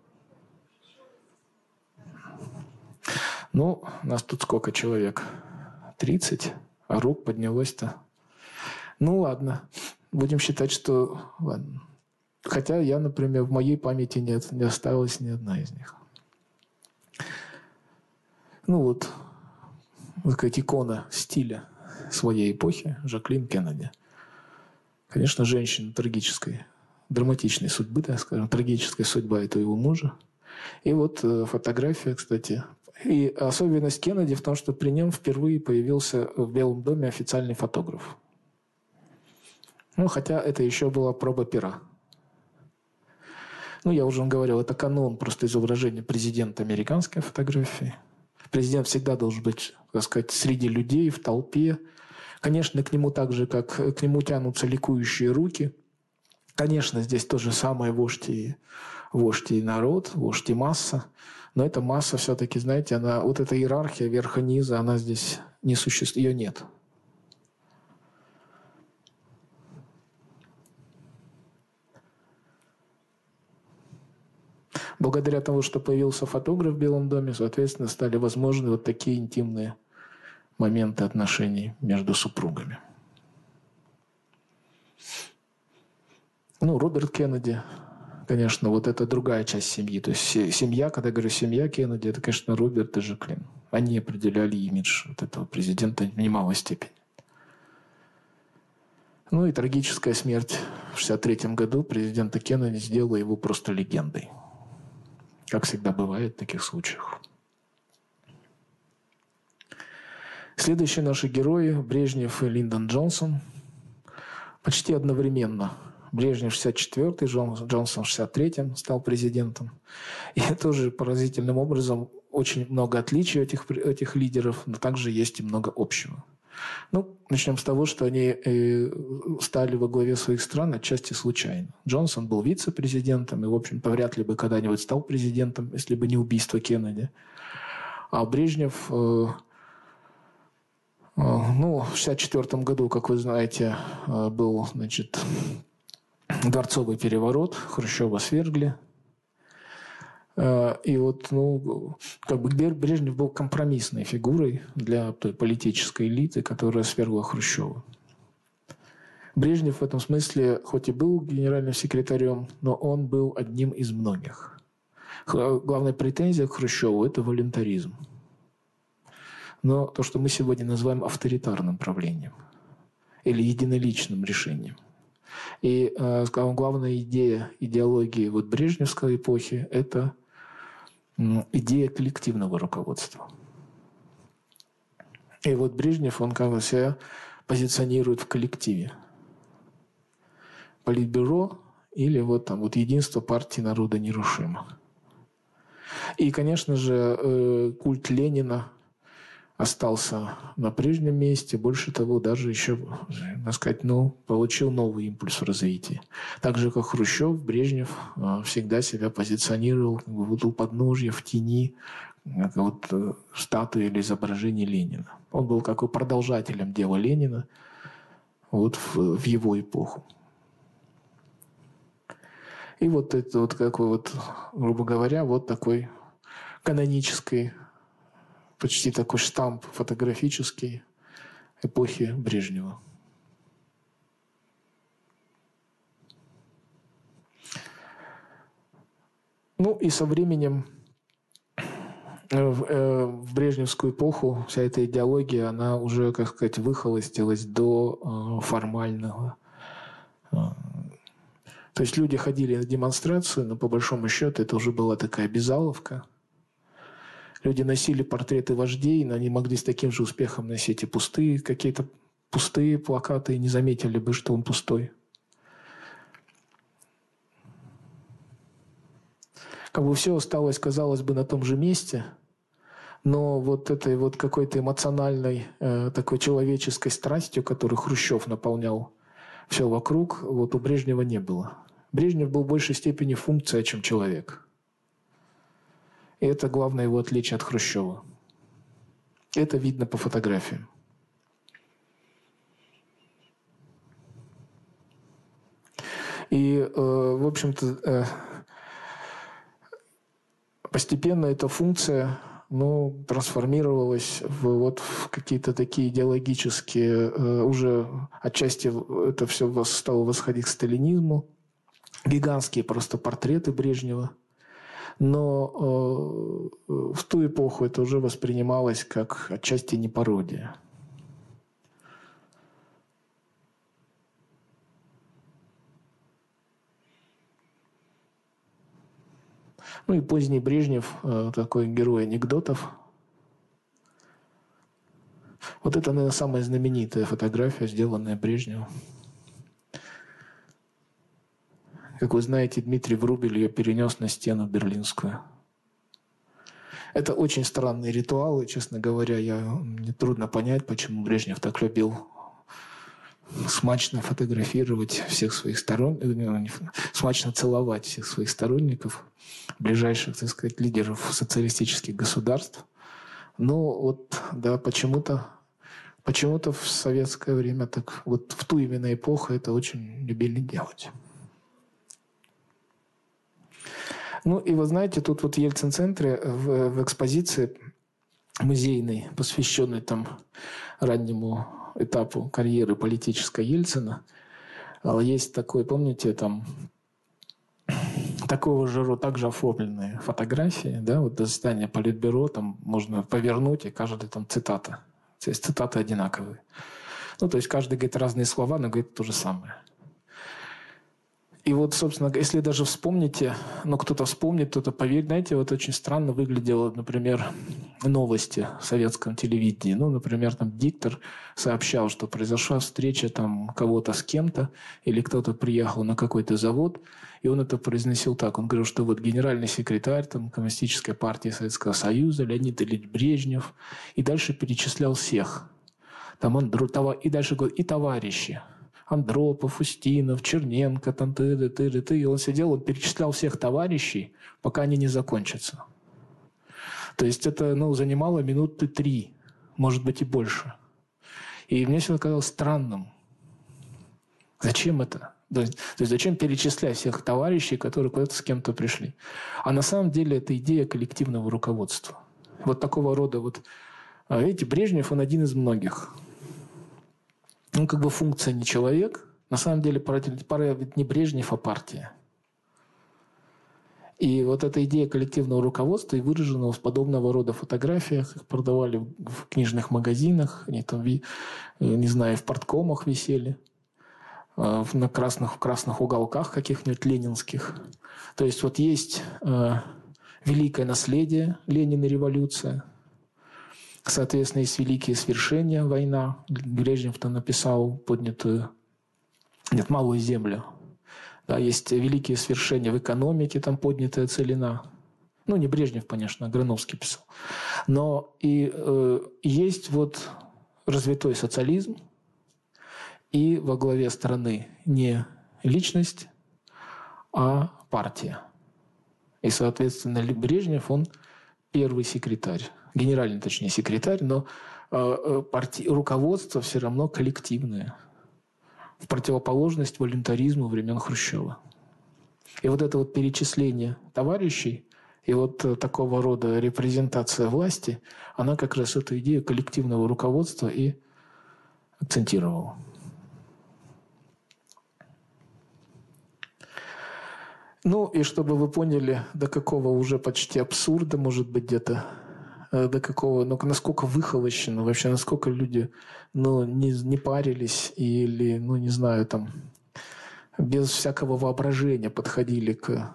Ну, нас тут сколько человек? тридцать, а рук поднялось-то. Ну, ладно. Будем считать, что... Ладно. Хотя я, например, в моей памяти нет, не осталась ни одна из них. Ну вот, такая икона стиля своей эпохи Жаклин Кеннеди. Конечно, женщина трагической, драматичной судьбы, так скажем, трагическая судьба этого его мужа. И вот э, фотография, кстати. И особенность Кеннеди в том, что при нем впервые появился в Белом доме официальный фотограф. Ну, хотя это еще была проба пера. Ну, я уже вам говорил, это канон просто изображения президента американской фотографии. Президент всегда должен быть, так сказать, среди людей, в толпе. Конечно, к нему так же, как к нему тянутся ликующие руки. Конечно, здесь то же самое вождь и, вождь и народ, вождь и масса. Но эта масса все-таки, знаете, она, вот эта иерархия верха-низа, она здесь не существует, ее нет. Благодаря тому, что появился фотограф в Белом доме, соответственно, стали возможны вот такие интимные моменты отношений между супругами. Ну, Роберт Кеннеди, конечно, вот это другая часть семьи. То есть семья, когда я говорю семья Кеннеди, это, конечно, Роберт и Жаклин. Они определяли имидж вот этого президента в немалой степени. Ну и трагическая смерть в шестьдесят третьем году президента Кеннеди сделала его просто легендой. Как всегда бывает в таких случаях. Следующие наши герои – Брежнев и Линдон Джонсон. Почти одновременно. Брежнев в шестьдесят четвёртом, Джонсон в шестьдесят третьем стал президентом. И тоже поразительным образом очень много отличий этих, этих лидеров, но также есть и много общего. Ну, начнем с того, что они э, стали во главе своих стран отчасти случайно. Джонсон был вице-президентом и, в общем-то, вряд ли бы когда-нибудь стал президентом, если бы не убийство Кеннеди. А Брежнев, э, э, ну, в шестьдесят четвёртом году, как вы знаете, э, был, значит, дворцовый переворот, Хрущева свергли. И вот, ну, как бы Брежнев был компромиссной фигурой для той политической элиты, которая свергла Хрущева. Брежнев в этом смысле, хоть и был генеральным секретарем, но он был одним из многих. Главная претензия к Хрущеву – это волюнтаризм. Но то, что мы сегодня называем авторитарным правлением или единоличным решением. И, скажем, главная идея идеологии вот брежневской эпохи – это идея коллективного руководства. И вот Брежнев, он как бы себя позиционирует в коллективе. Политбюро или вот там вот единство партии народа нерушимо. И, конечно же, культ Ленина остался на прежнем месте. Больше того, даже еще, так сказать, ну, получил новый импульс в развитии. Так же, как Хрущев, Брежнев всегда себя позиционировал как бы, вот у подножья, в тени вот, статуи или изображения Ленина. Он был как бы продолжателем дела Ленина вот, в, в его эпоху. И вот это вот, как бы, вот, грубо говоря, вот такой канонический почти такой штамп фотографический эпохи Брежнева. Ну и со временем в брежневскую эпоху вся эта идеология, она уже, как сказать, выхолостилась до формального. То есть люди ходили на демонстрации, но по большому счету это уже была такая обязаловка. Люди носили портреты вождей, но они могли с таким же успехом носить и пустые, какие-то пустые плакаты, и не заметили бы, что он пустой. Как бы все осталось, казалось бы, на том же месте, но вот этой вот какой-то эмоциональной, э, такой человеческой страстью, которую Хрущев наполнял все вокруг, вот у Брежнева не было. Брежнев был в большей степени функция, чем человек. И это главное его отличие от Хрущева. Это видно по фотографиям. И, э, в общем-то, э, постепенно эта функция, ну, трансформировалась в, вот, в какие-то такие идеологические, э, уже отчасти это все стало восходить к сталинизму. Гигантские просто портреты Брежнева. Но э, в ту эпоху это уже воспринималось как отчасти не пародия. Ну и поздний Брежнев, э, такой герой анекдотов. Вот это, наверное, самая знаменитая фотография, сделанная Брежневым. Как вы знаете, Дмитрий Врубель ее перенес на стену Берлинскую. Это очень странные ритуалы, честно говоря. Я, мне трудно понять, почему Брежнев так любил смачно фотографировать всех своих сторонников, смачно целовать всех своих сторонников, ближайших, так сказать, лидеров социалистических государств. Но вот, да, почему-то почему-то в советское время, так вот в ту именно эпоху это очень любили делать. Ну и вы знаете, тут вот в Ельцин-центре в, в экспозиции музейной, посвященной там раннему этапу карьеры политической Ельцина, есть такой, помните, там такого же рода, также оформленные фотографии, да, вот до здания Политбюро, там можно повернуть, и каждая там цитата. То есть цитаты одинаковые. Ну, то есть каждый говорит разные слова, но говорит то же самое. И вот, собственно, если даже вспомните, ну, кто-то вспомнит, кто-то поверит, знаете, вот очень странно выглядело, например, новости в советском телевидении. Ну, например, там диктор сообщал, что произошла встреча там кого-то с кем-то, или кто-то приехал на какой-то завод, и он это произносил так. Он говорил, что вот генеральный секретарь там, Коммунистической партии Советского Союза Леонид Ильич Брежнев, и дальше перечислял всех. Там он, и дальше говорит, и товарищи. Андропов, Устинов, Черненко, там, ты, ты, ты, ты. И он сидел, он перечислял всех товарищей, пока они не закончатся. То есть это, ну, занимало минуты три, может быть и больше. И мне всегда казалось странным. Зачем это? То есть, то есть зачем перечислять всех товарищей, которые куда-то с кем-то пришли? А на самом деле это идея коллективного руководства. Вот такого рода вот... Видите, Брежнев, он один из многих. Он как бы функция не человек. На самом деле правит не Брежнев, а партия. И вот эта идея коллективного руководства и выражена в подобного рода фотографиях. Их продавали в книжных магазинах, они там, не знаю, в порткомах висели, на красных, в красных уголках каких-нибудь ленинских. То есть вот есть э, великое наследие Ленина, революция. Соответственно, есть великие свершения, война. Брежнев-то написал поднятую, нет, малую землю. Да, есть великие свершения в экономике, там поднятая целина. Ну, не Брежнев, конечно, а Грановский писал. Но и э, есть вот развитой социализм, и во главе страны не личность, а партия. И, соответственно, Брежнев, он первый секретарь. Генеральный, точнее, секретарь, но э, парти... руководство все равно коллективное. В противоположность волюнтаризму времен Хрущева. И вот это вот перечисление товарищей и вот такого рода репрезентация власти, она как раз эту идею коллективного руководства и акцентировала. Ну и чтобы вы поняли, до какого уже почти абсурда, может быть, где-то, до какого, ну, насколько выхолощено, вообще, насколько люди, ну, не, не парились или, ну, не знаю, там, без всякого воображения подходили к,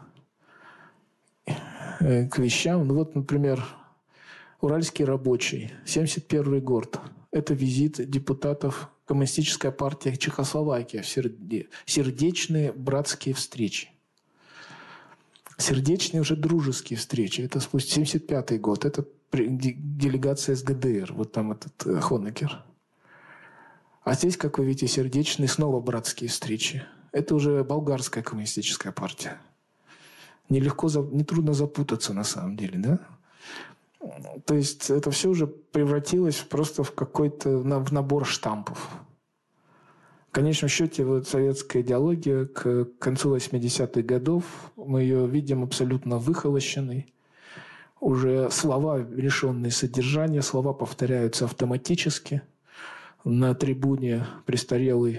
к вещам. Ну, вот, например, Уральский рабочий, семьдесят первый год. Это визит депутатов Коммунистической партии Чехословакии в сердечные братские встречи. Сердечные уже дружеские встречи. Это спустя семьдесят пятый год. Это делегация с ГДР. Вот там этот Хонекер. А здесь, как вы видите, сердечные снова братские встречи. Это уже болгарская коммунистическая партия. Нелегко, нетрудно запутаться на самом деле, да? То есть это все уже превратилось просто в какой-то в набор штампов. В конечном счете, вот советская идеология к концу восьмидесятых годов, мы ее видим абсолютно выхолощенной. Уже слова, лишенные содержания, слова повторяются автоматически. На трибуне престарелый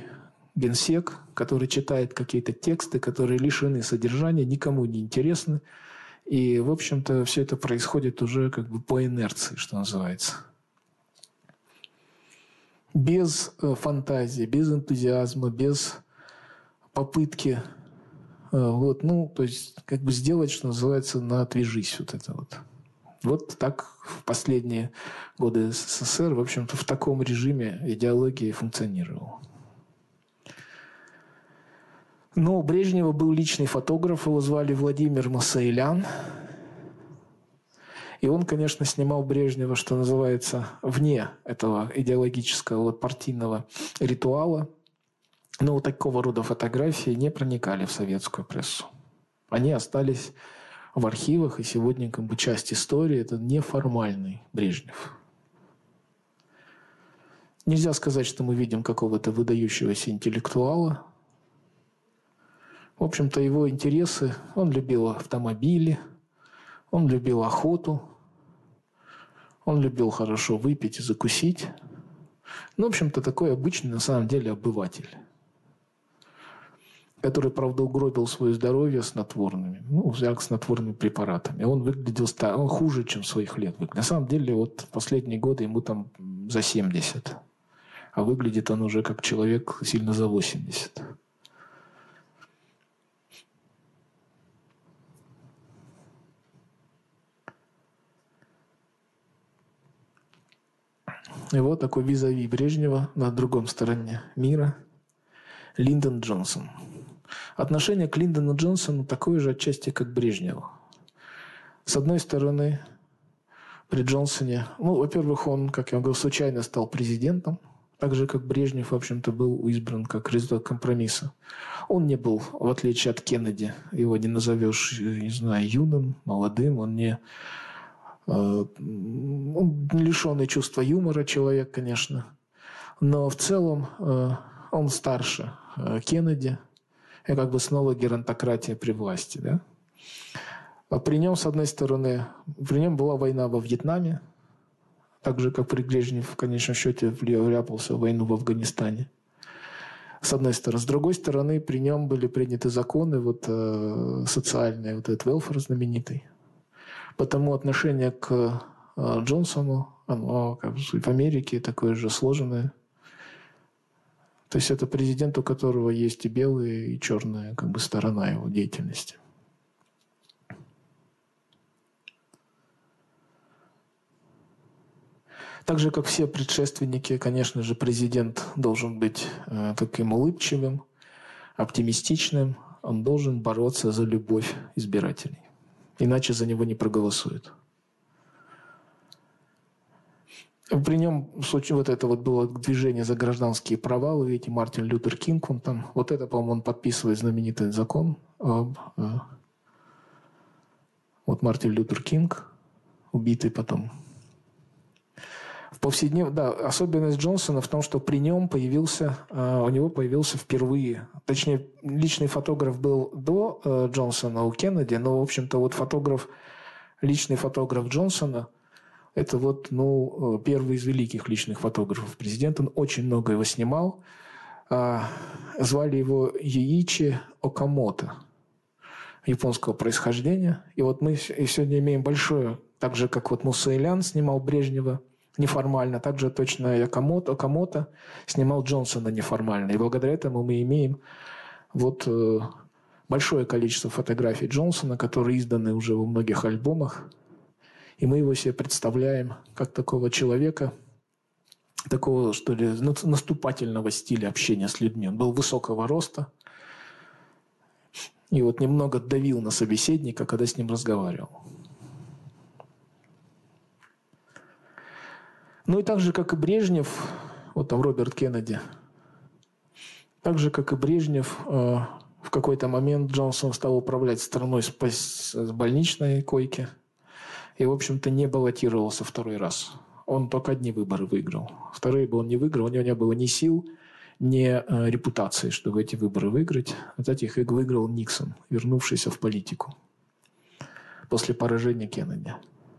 генсек, который читает какие-то тексты, которые лишены содержания, никому не интересны. И, в общем-то, все это происходит уже как бы по инерции, что называется. Без фантазии, без энтузиазма, без попытки вот, ну, то есть как бы сделать, что называется, на «отвяжись» вот это вот. Вот так в последние годы СССР, в общем-то, в таком режиме идеология функционировала. Но у Брежнева был личный фотограф, его звали Владимир Масаилян. И он, конечно, снимал Брежнева, что называется, вне этого идеологического вот, партийного ритуала. Но вот такого рода фотографии не проникали в советскую прессу. Они остались в архивах, и сегодня как бы часть истории – это неформальный Брежнев. Нельзя сказать, что мы видим какого-то выдающегося интеллектуала. В общем-то, его интересы – он любил автомобили, он любил охоту, он любил хорошо выпить и закусить. Ну, в общем-то, такой обычный, на самом деле, обыватель, который, правда, угробил свое здоровье снотворными, ну, взял снотворными препаратами. Он выглядел стар... он хуже, чем своих лет выглядел. На самом деле, вот в последние годы ему там за семьдесят, а выглядит он уже как человек сильно за восемьдесят. И вот такой визави Брежнева на другом стороне мира – Линдон Джонсон. Отношение к Линдону Джонсону такое же отчасти, как к Брежневу. С одной стороны, при Джонсоне, ну, во-первых, он, как я говорил, случайно стал президентом, так же, как Брежнев, в общем-то, был избран как результат компромисса. Он не был, в отличие от Кеннеди, его не назовешь, не знаю, юным, молодым, он не... Он лишенный чувства юмора человек, конечно, но в целом он старше Кеннеди, и как бы снова геронтократия при власти. Да? А при нем, с одной стороны, при нем была война во Вьетнаме, так же, как при Брежнев в конечном счете вляпался в войну в Афганистане. С одной стороны. С другой стороны, при нем были приняты законы вот, социальные, вот этот велфер знаменитый. Потому отношение к Джонсону, оно как бы, в Америке такое же сложное. То есть это президент, у которого есть и белая, и черная как бы, сторона его деятельности. Так же, как все предшественники, конечно же, президент должен быть э, таким улыбчивым, оптимистичным. Он должен бороться за любовь избирателей. Иначе за него не проголосуют. При нем вот это вот было движение за гражданские права. Вы видите, Мартин Лютер Кинг, он там, вот это, по-моему, он подписывает знаменитый закон. Об, э, вот Мартин Лютер Кинг, убитый потом. В повседнев... Да, особенность Джонсона в том, что при нем появился, э, у него появился впервые, точнее, личный фотограф был до э, Джонсона у Кеннеди, но, в общем-то, вот фотограф, личный фотограф Джонсона, это вот, ну, первый из великих личных фотографов президента. Он очень много его снимал. Э, звали его Юичи Окамото, японского происхождения. И вот мы сегодня имеем большое, так же, как вот Масаилян снимал Брежнева, неформально. Также точно Окамото, Окамото снимал Джонсона неформально. И благодаря этому мы имеем вот э, большое количество фотографий Джонсона, которые изданы уже во многих альбомах. И мы его себе представляем как такого человека, такого, что ли, наступательного стиля общения с людьми. Он был высокого роста и вот немного давил на собеседника, когда с ним разговаривал. Ну и так же, как и Брежнев, вот там Роберт Кеннеди, так же, как и Брежнев, э, в какой-то момент Джонсон стал управлять страной с, с больничной койки и, в общем-то, не баллотировался второй раз. Он только одни выборы выиграл. Вторые бы он не выиграл, у него не было ни сил, ни э, репутации, чтобы эти выборы выиграть. Вот этих их выиграл Никсон, вернувшийся в политику после поражения Кеннеди.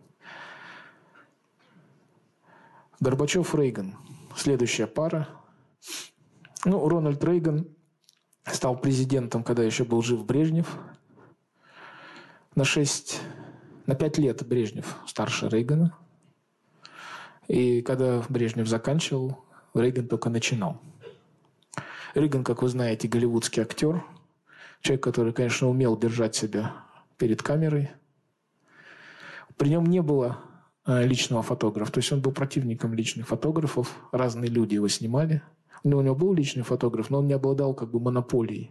Горбачев-Рейган. Следующая пара. Ну, Рональд Рейган стал президентом, когда еще был жив Брежнев. На шесть На пять лет Брежнев старше Рейгана. И когда Брежнев заканчивал, Рейган только начинал. Рейган, как вы знаете, голливудский актер. Человек, который, конечно, умел держать себя перед камерой. При нем не было личного фотографа. То есть он был противником личных фотографов. Разные люди его снимали. У него был личный фотограф, но он не обладал как бы монополией.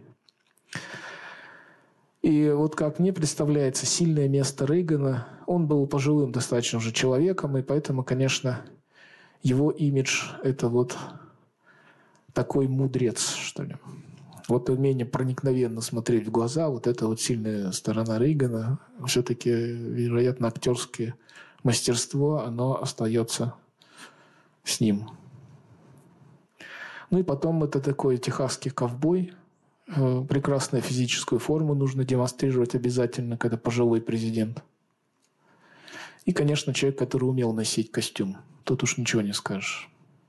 И вот как мне представляется, сильное место Рейгана, он был пожилым достаточно уже человеком, и поэтому, конечно, его имидж – это вот такой мудрец, что ли. Вот умение проникновенно смотреть в глаза, вот это вот сильная сторона Рейгана. Все-таки, вероятно, актерское мастерство, оно остается с ним. Ну и потом это такой техасский ковбой. Прекрасную физическую форму нужно демонстрировать обязательно, когда пожилой президент. И, конечно, человек, который умел носить костюм. Тут уж ничего не скажешь.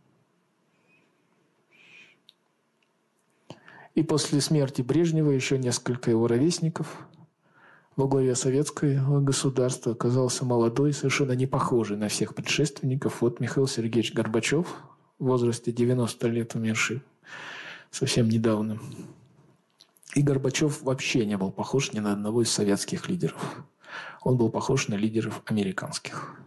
И после смерти Брежнева еще несколько его ровесников во главе советского государства оказался молодой, совершенно не похожий на всех предшественников. Вот Михаил Сергеевич Горбачев в возрасте девяноста лет умерший совсем недавно. И Горбачев вообще не был похож ни на одного из советских лидеров. Он был похож на лидеров американских.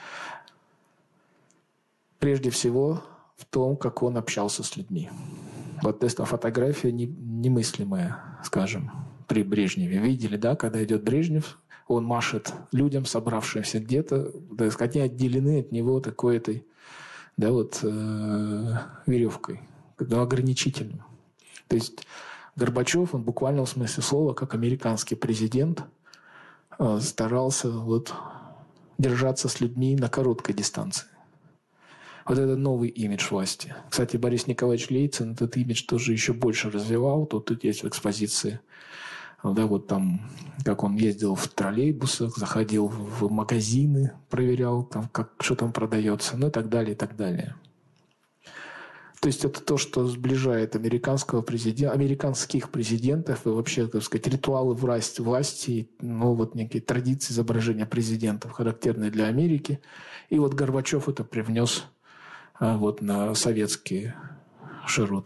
Прежде всего в том, как он общался с людьми. Вот эта фотография немыслимая, скажем, при Брежневе. Видели, да, когда идет Брежнев, он машет людям, собравшимся где-то, так сказать, они отделены от него такой этой, да, вот, э, веревкой, ну, ограничительным. То есть Горбачев, он буквально в смысле слова, как американский президент, э, старался вот держаться с людьми на короткой дистанции. Вот это новый имидж власти. Кстати, Борис Николаевич Ельцин этот имидж тоже еще больше развивал. Тут, тут есть в экспозиции, да, вот там, как он ездил в троллейбусах, заходил в магазины, проверял, там, как, что там продается, ну и так далее, и так далее. То есть это то, что сближает американского президента, американских президентов и вообще, так сказать, ритуалы власти, власти, ну вот некие традиции изображения президентов, характерные для Америки. И вот Горбачев это привнес вот на советские широты.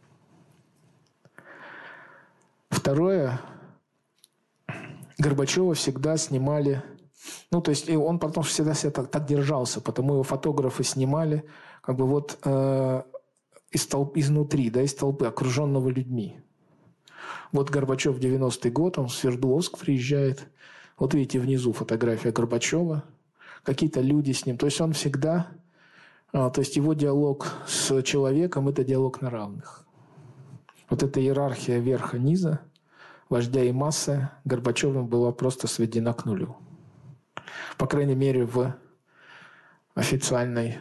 Второе. Горбачева всегда снимали... Ну, то есть он потом всегда себя так, так держался, потому его фотографы снимали как бы вот э, из толп, изнутри, да, из толпы, окруженного людьми. Вот Горбачев в девяностый год, он в Свердловск приезжает. Вот видите, внизу фотография Горбачева. Какие-то люди с ним. То есть он всегда... То есть его диалог с человеком – это диалог на равных. Вот эта иерархия верха-низа, вождя и массы Горбачевым была просто сведена к нулю. По крайней мере, в официальной,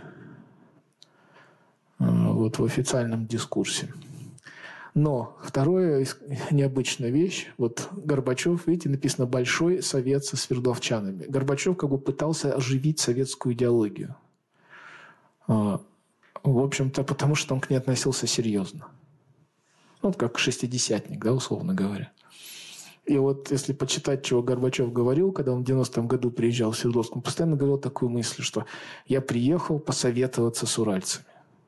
вот в официальном дискурсе. Но вторая необычная вещь. Вот Горбачев, видите, написано «Большой совет со свердловчанами». Горбачев как бы пытался оживить советскую идеологию. В общем-то, потому что он к ней относился серьезно. Ну, вот как шестидесятник, да, условно говоря. И вот если почитать, чего Горбачев говорил, когда он в девяностом году приезжал в Свердловск, он постоянно говорил такую мысль, что я приехал посоветоваться с уральцами.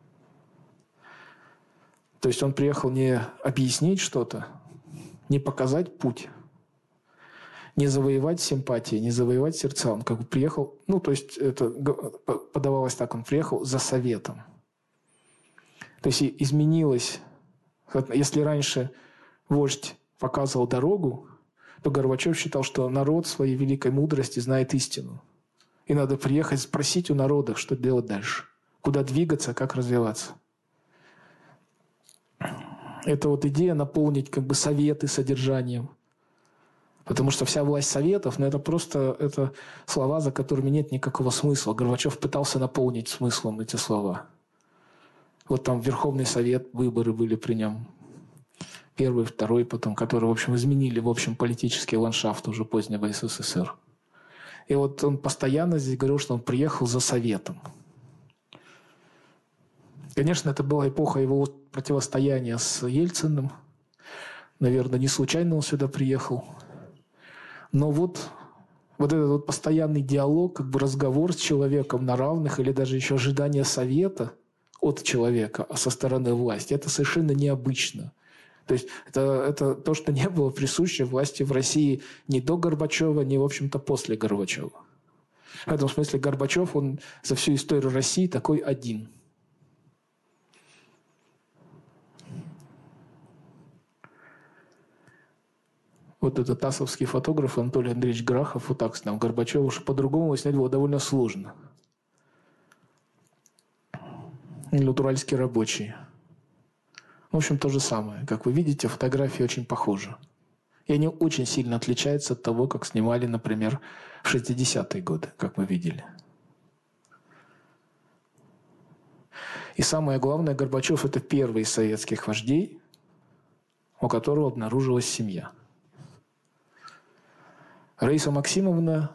То есть он приехал не объяснить что-то, не показать путь, не завоевать симпатии, не завоевать сердца. Он как бы приехал, ну, то есть это подавалось так, он приехал за советом. То есть изменилось, если раньше вождь показывал дорогу, то Горбачев считал, что народ в своей великой мудрости знает истину. И надо приехать спросить у народа, что делать дальше, куда двигаться, как развиваться. Это вот идея наполнить как бы советы содержанием. Потому что вся власть советов, ну, это просто это слова, за которыми нет никакого смысла. Горбачев пытался наполнить смыслом эти слова. Вот там Верховный Совет, выборы были при нем. Первый, второй потом, которые, в общем, изменили, в общем, политический ландшафт уже позднего СССР. И вот он постоянно здесь говорил, что он приехал за советом. Конечно, это была эпоха его противостояния с Ельциным. Наверное, не случайно он сюда приехал. Но вот вот этот вот постоянный диалог, как бы разговор с человеком на равных или даже еще ожидание совета от человека, а со стороны власти, это совершенно необычно. То есть это, это то, что не было присуще власти в России ни до Горбачева, ни, в общем-то, после Горбачева. В этом смысле Горбачев, он за всю историю России такой один. Вот этот тасовский фотограф Анатолий Андреевич Грахов вот так снял Горбачева, что по-другому снять было довольно сложно. Или вот уральский рабочий. В общем, то же самое. Как вы видите, фотографии очень похожи. И они очень сильно отличаются от того, как снимали, например, в шестидесятые годы, как мы видели. И самое главное, Горбачев – это первый из советских вождей, у которого обнаружилась семья. Раиса Максимовна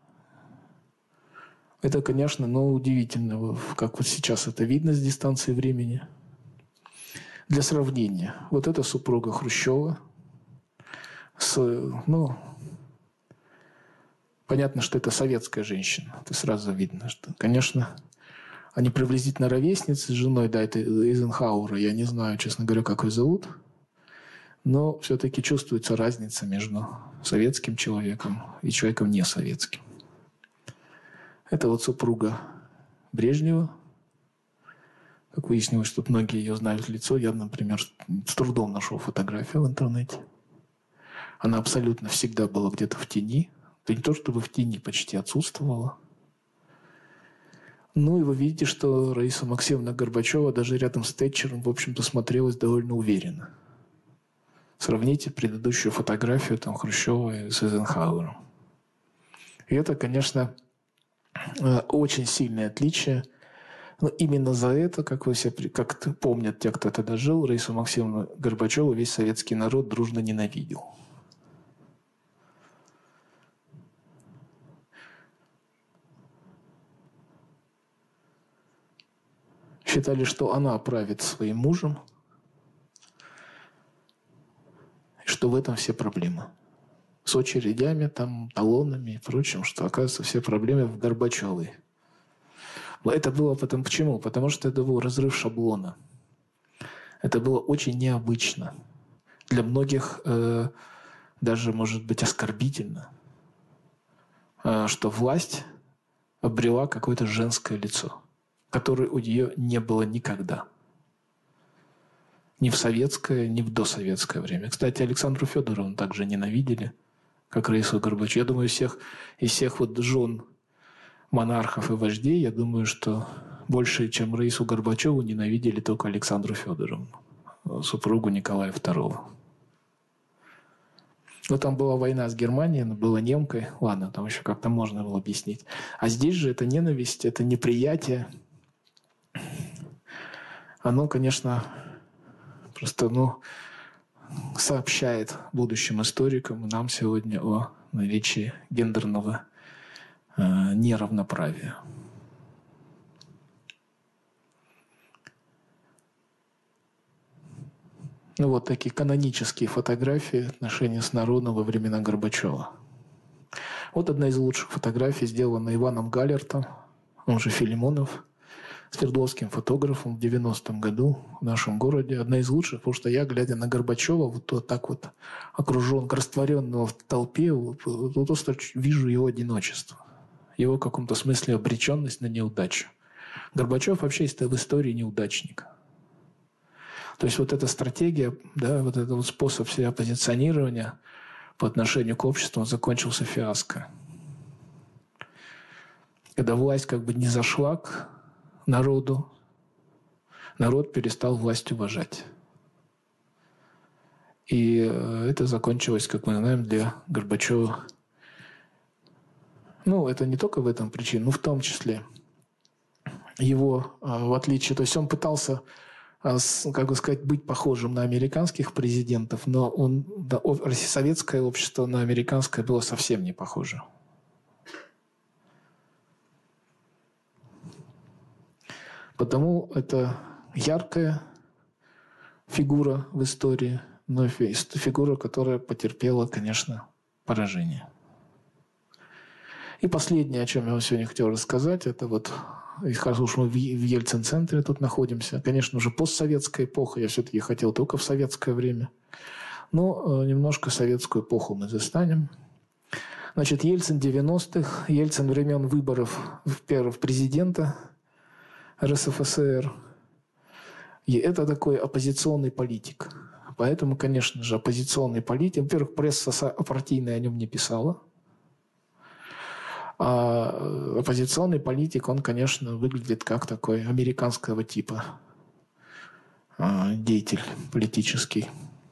– это, конечно, ну, удивительно, как вот сейчас это видно с дистанции времени. Для сравнения, вот это супруга Хрущева. С, ну, понятно, что это советская женщина. Это сразу видно, что, конечно, они приблизительно ровесницы с женой, да, это Эйзенхауэра. Я не знаю, честно говоря, как ее зовут. Но все-таки чувствуется разница между советским человеком и человеком несоветским. Это вот супруга Брежнева. Как выяснилось, что многие ее знают в лицо. Я, например, с трудом нашел фотографию в интернете. Она абсолютно всегда была где-то в тени. Да не то, чтобы в тени, почти отсутствовала. Ну и вы видите, что Раиса Максимовна Горбачева даже рядом с Тэтчером, в общем-то, смотрелась довольно уверенно. Сравните предыдущую фотографию там, Хрущева с Эйзенхауэром. И это, конечно, очень сильное отличие. Но именно за это, как вы все как помнят те, кто тогда жил, Раису Максимовну Горбачеву весь советский народ дружно ненавидел. Считали, что она правит своим мужем, и что в этом все проблемы. С очередями, там, талонами и прочим, что, оказывается, все проблемы в Горбачевой. Это было потом почему? Потому что это был разрыв шаблона. Это было очень необычно. Для многих э, даже, может быть, оскорбительно, э, что власть обрела какое-то женское лицо, которое у нее не было никогда. Ни в советское, ни в досоветское время. Кстати, Александру Федоровну также ненавидели, как Раису Горбачеву. Я думаю, всех, из всех вот жен монархов и вождей, я думаю, что больше, чем Раису Горбачеву, ненавидели только Александру Федоровну, супругу Николая второго. Но там была война с Германией, она была немкой. Ладно, там еще как-то можно было объяснить. А здесь же это ненависть, это неприятие. Оно, конечно, просто ну, сообщает будущим историкам и нам сегодня о наличии гендерного э, неравноправия. Ну вот такие канонические фотографии отношения с народом во времена Горбачева. Вот одна из лучших фотографий, сделана Иваном Галертом, он же Филимонов, свердловским фотографом в девяностом году в нашем городе. Одна из лучших, потому что я, глядя на Горбачева, вот, вот так вот окружен, растворенного в толпе, вот, вот просто вижу его одиночество, его в каком-то смысле обреченность на неудачу. Горбачев вообще в истории неудачник. То есть вот эта стратегия, да, вот этот вот способ себя позиционирования по отношению к обществу закончился фиаско. Когда власть как бы не зашла к народу, народ перестал власть уважать. И это закончилось, как мы знаем, для Горбачева. Ну, это не только в этом причина, но в том числе его, в отличие, то есть он пытался, как бы сказать, быть похожим на американских президентов, но он, да, советское общество на американское было совсем не похоже. Потому это яркая фигура в истории, но фигура, которая потерпела, конечно, поражение. И последнее, о чем я вам сегодня хотел рассказать, это вот, и хорошо, что мы в Ельцин-центре тут находимся. Конечно, уже постсоветская эпоха, я все-таки хотел только в советское время. Но немножко советскую эпоху мы застанем. Значит, Ельцин девяностых, Ельцин времен выборов в первого президента эр эс эф эс эр. И это такой оппозиционный политик. Поэтому, конечно же, оппозиционный политик. Во-первых, пресса партийная о нем не писала. А оппозиционный политик, он, конечно, выглядит как такой американского типа деятель политический.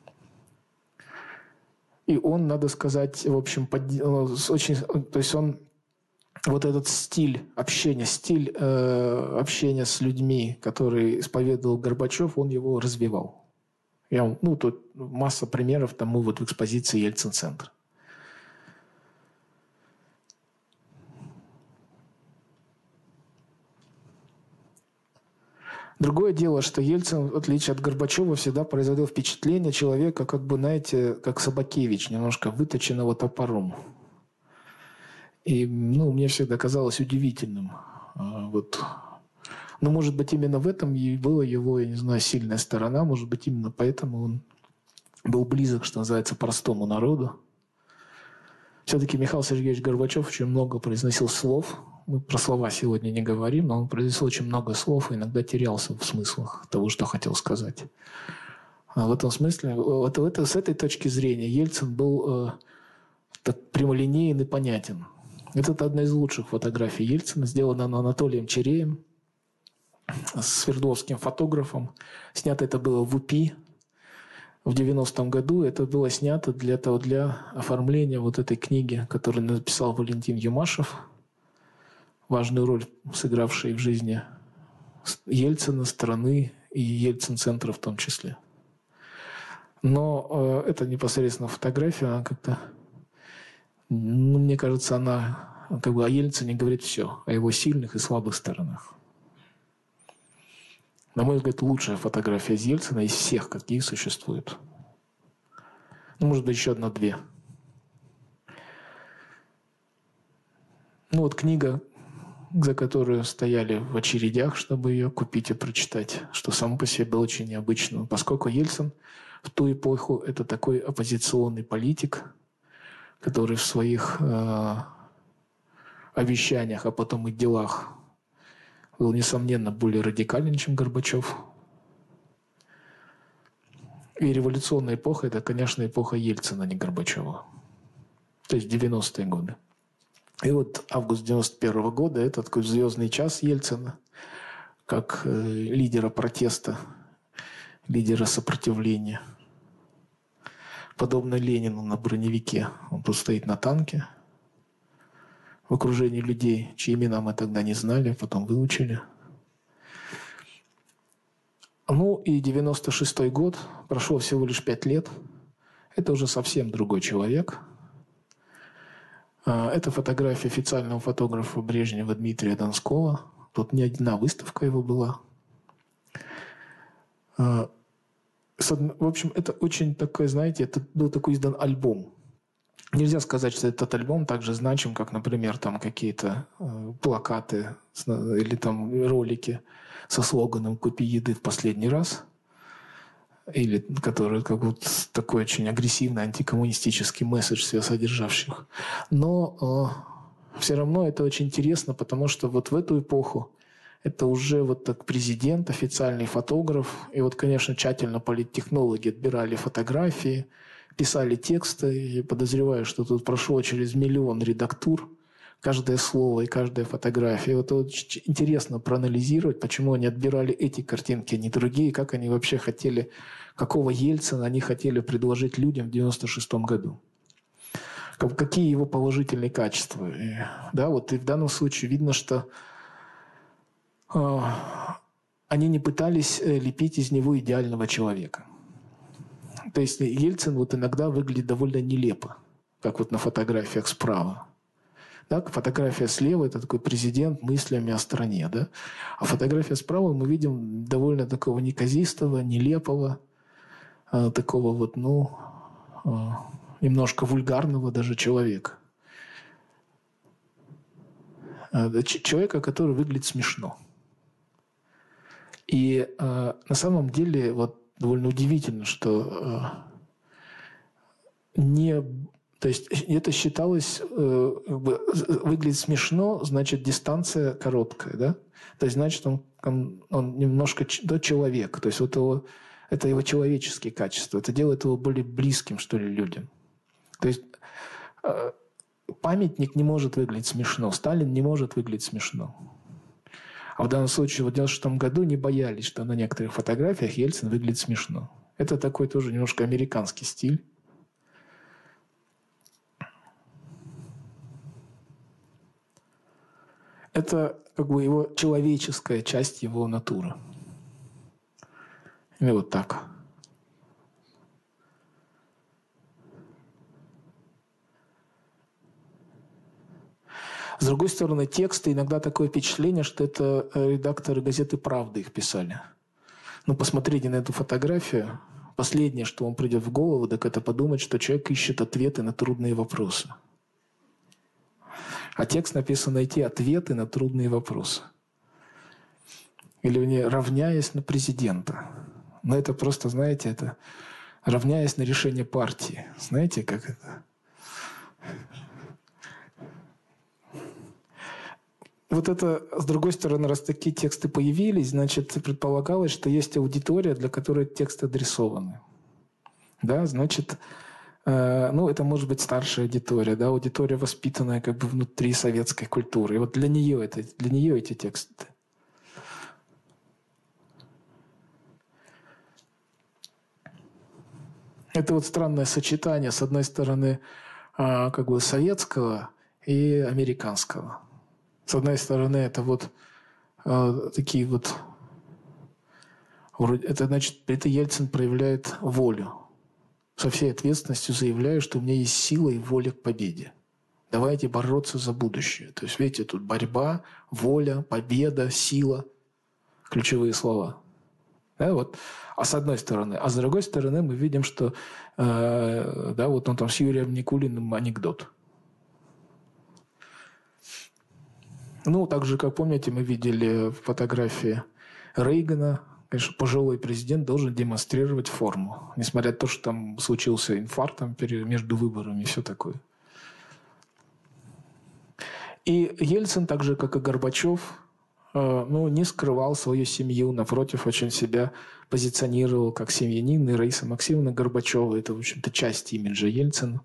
И он, надо сказать, в общем, под... очень... То есть он... Вот этот стиль общения, стиль э, общения с людьми, который исповедовал Горбачев, он его развивал. Я, ну, тут масса примеров тому вот в экспозиции Ельцин-центр. Другое дело, что Ельцин, в отличие от Горбачева, всегда производил впечатление человека, как бы, знаете, как Собакевич, немножко выточенного топором. И, ну, мне всегда казалось удивительным. Вот. Но, может быть, именно в этом и была его, я не знаю, сильная сторона. Может быть, именно поэтому он был близок, что называется, простому народу. Все-таки Михаил Сергеевич Горбачев очень много произносил слов. Мы про слова сегодня не говорим, но он произносил очень много слов и иногда терялся в смыслах того, что хотел сказать. А в этом смысле, вот это, с этой точки зрения, Ельцин был э, так прямолинейен и понятен. Это одна из лучших фотографий Ельцина, сделана Анатолием Череем, с свердловским фотографом. Снято это было в УПИ в девяностом году. Это было снято для, того, для оформления вот этой книги, которую написал Валентин Юмашев, важную роль сыгравший в жизни Ельцина, страны и Ельцин-центра в том числе. Но э, это непосредственно фотография, она как-то... Ну, мне кажется, она как бы о Ельцине говорит все, о его сильных и слабых сторонах. На мой взгляд, лучшая фотография из Ельцина из всех, какие существуют. Ну, может быть, еще одна-две. Ну, вот книга, за которую стояли в очередях, чтобы ее купить и прочитать, что само по себе было очень необычно. Поскольку Ельцин в ту эпоху – это такой оппозиционный политик, который в своих э, обещаниях, а потом и делах был, несомненно, более радикален, чем Горбачев. И революционная эпоха – это, конечно, эпоха Ельцина, а не Горбачева. То есть девяностые годы. И вот август девяносто первого года – это такой звездный час Ельцина, как э, лидера протеста, лидера сопротивления. Подобно Ленину на броневике. Он тут стоит на танке в окружении людей, чьи имена мы тогда не знали, потом выучили. Ну и девяносто шестой год, прошло всего лишь пять лет. Это уже совсем другой человек. Это фотография официального фотографа Брежнева Дмитрия Донского. Тут не одна выставка его была. В общем, это очень такой, знаете, это был такой издан альбом. Нельзя сказать, что этот альбом так же значим, как, например, там какие-то э, плакаты или там ролики со слоганом «Купи еды в последний раз», или которые как вот такой очень агрессивный антикоммунистический месседж себя содержащих. Но э, все равно это очень интересно, потому что вот в эту эпоху это уже вот так президент, официальный фотограф. И вот, конечно, тщательно политтехнологи отбирали фотографии, писали тексты. И подозреваю, что тут прошло через миллион редактур. Каждое слово и каждая фотография. И вот, вот интересно проанализировать, почему они отбирали эти картинки, а не другие. Как они вообще хотели, какого Ельцина они хотели предложить людям в девяносто шестом году. Какие его положительные качества. И, да, вот и в данном случае видно, что они не пытались лепить из него идеального человека. То есть Ельцин вот иногда выглядит довольно нелепо, как вот на фотографиях справа. Да, фотография слева – это такой президент мыслями о стране. Да? А фотография справа мы видим довольно такого неказистого, нелепого, такого вот, ну, немножко вульгарного даже человека. Человека, который выглядит смешно. И э, на самом деле вот довольно удивительно, что э, не, то есть это считалось, э, как бы, выглядит смешно, значит дистанция короткая, да? То есть значит он, он, он немножко да, человек, то есть вот его, это его человеческие качества, это делает его более близким, что ли, людям. То есть э, памятник не может выглядеть смешно, Сталин не может выглядеть смешно. А в данном случае в девяносто шестом году не боялись, что на некоторых фотографиях Ельцин выглядит смешно. Это такой тоже немножко американский стиль. Это как бы его человеческая часть его натуры. Или вот так. С другой стороны, тексты, иногда такое впечатление, что это редакторы газеты «Правда» их писали. Ну, посмотрите на эту фотографию. Последнее, что вам придет в голову, так это подумать, что человек ищет ответы на трудные вопросы. А текст написан «Найти ответы на трудные вопросы». Или не равняясь на президента. Но это просто, знаете, это равняясь на решение партии. Знаете, как это? Вот это, с другой стороны, раз такие тексты появились, значит, предполагалось, что есть аудитория, для которой тексты адресованы. Да, значит, э, ну, это может быть старшая аудитория, да, аудитория, воспитанная как бы внутри советской культуры. И вот для нее, это, для нее эти тексты. Это вот странное сочетание, с одной стороны, э, как бы советского и американского. С одной стороны, это вот э, такие вот... Это значит, это Ельцин проявляет волю. Со всей ответственностью заявляю, что у меня есть сила и воля к победе. Давайте бороться за будущее. То есть, видите, тут борьба, воля, победа, сила. Ключевые слова. Да, вот. А с одной стороны. А с другой стороны мы видим, что э, да, вот он там с Юрием Никулиным анекдот. Ну, так же, как помните, мы видели фотографии Рейгана. Конечно, пожилой президент должен демонстрировать форму. Несмотря на то, что там случился инфаркт там, между выборами и все такое. И Ельцин, так же, как и Горбачев, э, ну, не скрывал свою семью. Напротив, очень себя позиционировал как семьянин. И Раиса Максимовна Горбачева – это, в общем-то, часть имиджа Ельцина.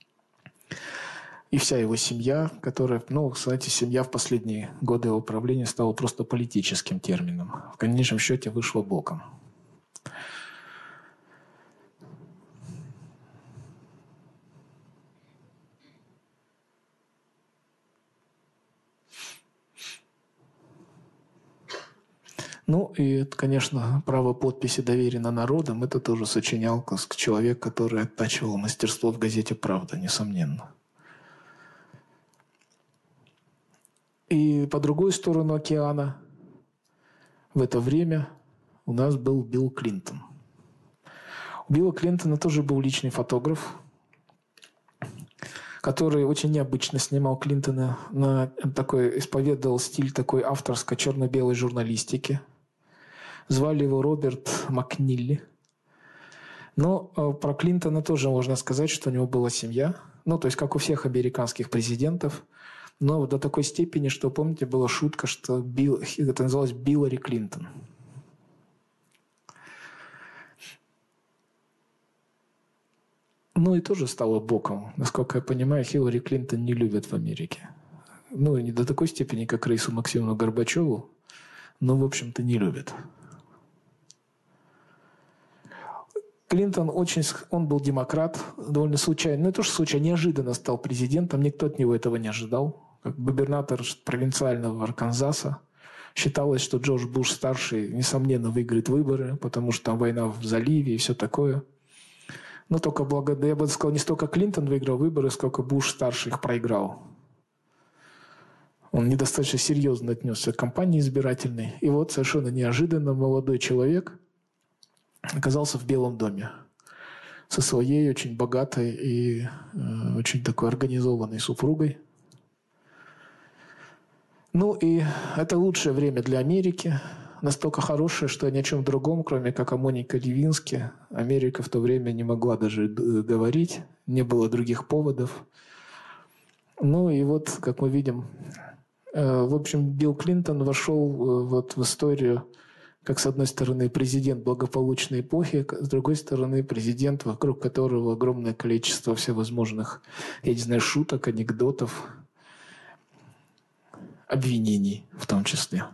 И вся его семья, которая, ну, кстати, семья в последние годы его правления стала просто политическим термином. В конечном счете вышла боком. Ну, и, конечно, право подписи доверено народам. Это тоже сочинял человек, который оттачивал мастерство в газете «Правда», несомненно. И по другую сторону океана в это время у нас был Билл Клинтон. У Билла Клинтона тоже был личный фотограф, который очень необычно снимал Клинтона, на такой, исповедовал стиль такой авторской черно-белой журналистики. Звали его Роберт Макнилли. Но про Клинтона тоже можно сказать, что у него была семья. Ну, то есть, как у всех американских президентов. Но до такой степени, что, помните, была шутка, что Билл, это называлось Биллари Клинтон. Ну и тоже стало боком. Насколько я понимаю, Хиллари Клинтон не любят в Америке. Ну и не до такой степени, как Раису Максимовну Горбачеву, но, в общем-то, не любят. Клинтон очень, он был демократ, довольно случайно, ну это тоже случайно, неожиданно стал президентом, никто от него этого не ожидал. Как губернатор провинциального Арканзаса. Считалось, что Джордж Буш-старший, несомненно, выиграет выборы, потому что там война в заливе и все такое. Но только благодаря, я бы сказал, не столько Клинтон выиграл выборы, сколько Буш-старший их проиграл. Он недостаточно серьезно отнесся к кампании избирательной. И вот совершенно неожиданно молодой человек оказался в Белом доме со своей очень богатой и э, очень такой организованной супругой. Ну и это лучшее время для Америки. Настолько хорошее, что ни о чем другом, кроме как о Монике Левински, Америка в то время не могла даже говорить. Не было других поводов. Ну и вот, как мы видим, в общем, Билл Клинтон вошел вот в историю как, с одной стороны, президент благополучной эпохи, с другой стороны, президент, вокруг которого огромное количество всевозможных, я не знаю, шуток, анекдотов, обвинений в том числе.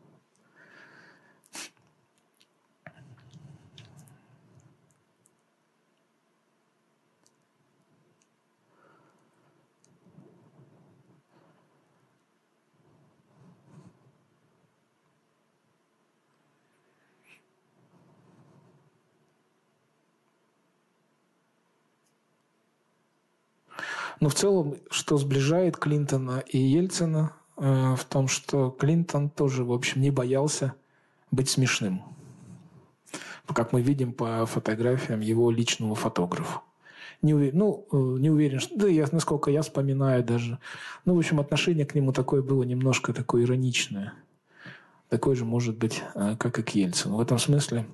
Но в целом, что сближает Клинтона и Ельцина, э, в том, что Клинтон тоже, в общем, не боялся быть смешным. Как мы видим по фотографиям его личного фотографа. Не уверен, ну, не уверен, что, да, я, насколько я вспоминаю даже. Ну, в общем, отношение к нему такое было немножко такое ироничное. Такое же, может быть, как и к Ельцину. В этом смысле,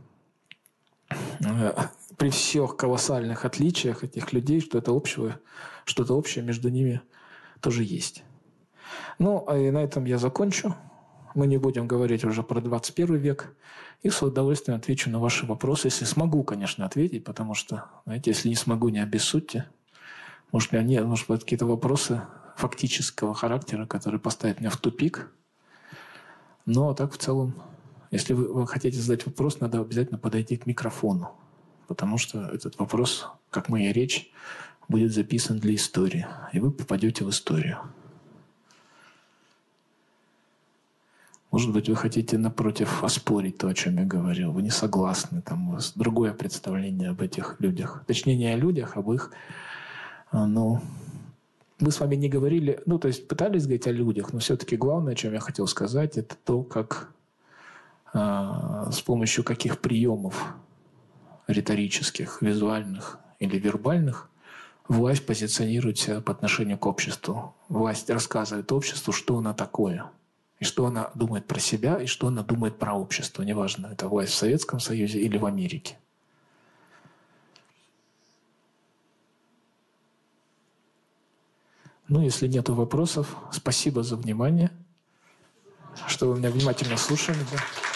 при всех колоссальных отличиях этих людей, что это общее, что-то общее между ними тоже есть. Ну, а и на этом я закончу. Мы не будем говорить уже про двадцать первый век. И с удовольствием отвечу на ваши вопросы, если смогу, конечно, ответить, потому что, знаете, если не смогу, не обессудьте. Может, они, может быть, какие-то вопросы фактического характера, которые поставят меня в тупик. Но так в целом, если вы, вы хотите задать вопрос, надо обязательно подойти к микрофону, потому что этот вопрос, как моя речь, будет записан для истории, и вы попадете в историю. Может быть, вы хотите, напротив, оспорить то, о чем я говорил. Вы не согласны, там у вас другое представление об этих людях. Точнее, не о людях, об их... Ну, мы с вами не говорили... Ну, то есть пытались говорить о людях, но все-таки главное, о чем я хотел сказать, это то, как а, с помощью каких приемов риторических, визуальных или вербальных власть позиционирует себя по отношению к обществу. Власть рассказывает обществу, что она такое. И что она думает про себя, и что она думает про общество. Неважно, это власть в Советском Союзе или в Америке. Ну, если нет вопросов, спасибо за внимание, что вы меня внимательно слушали. Да.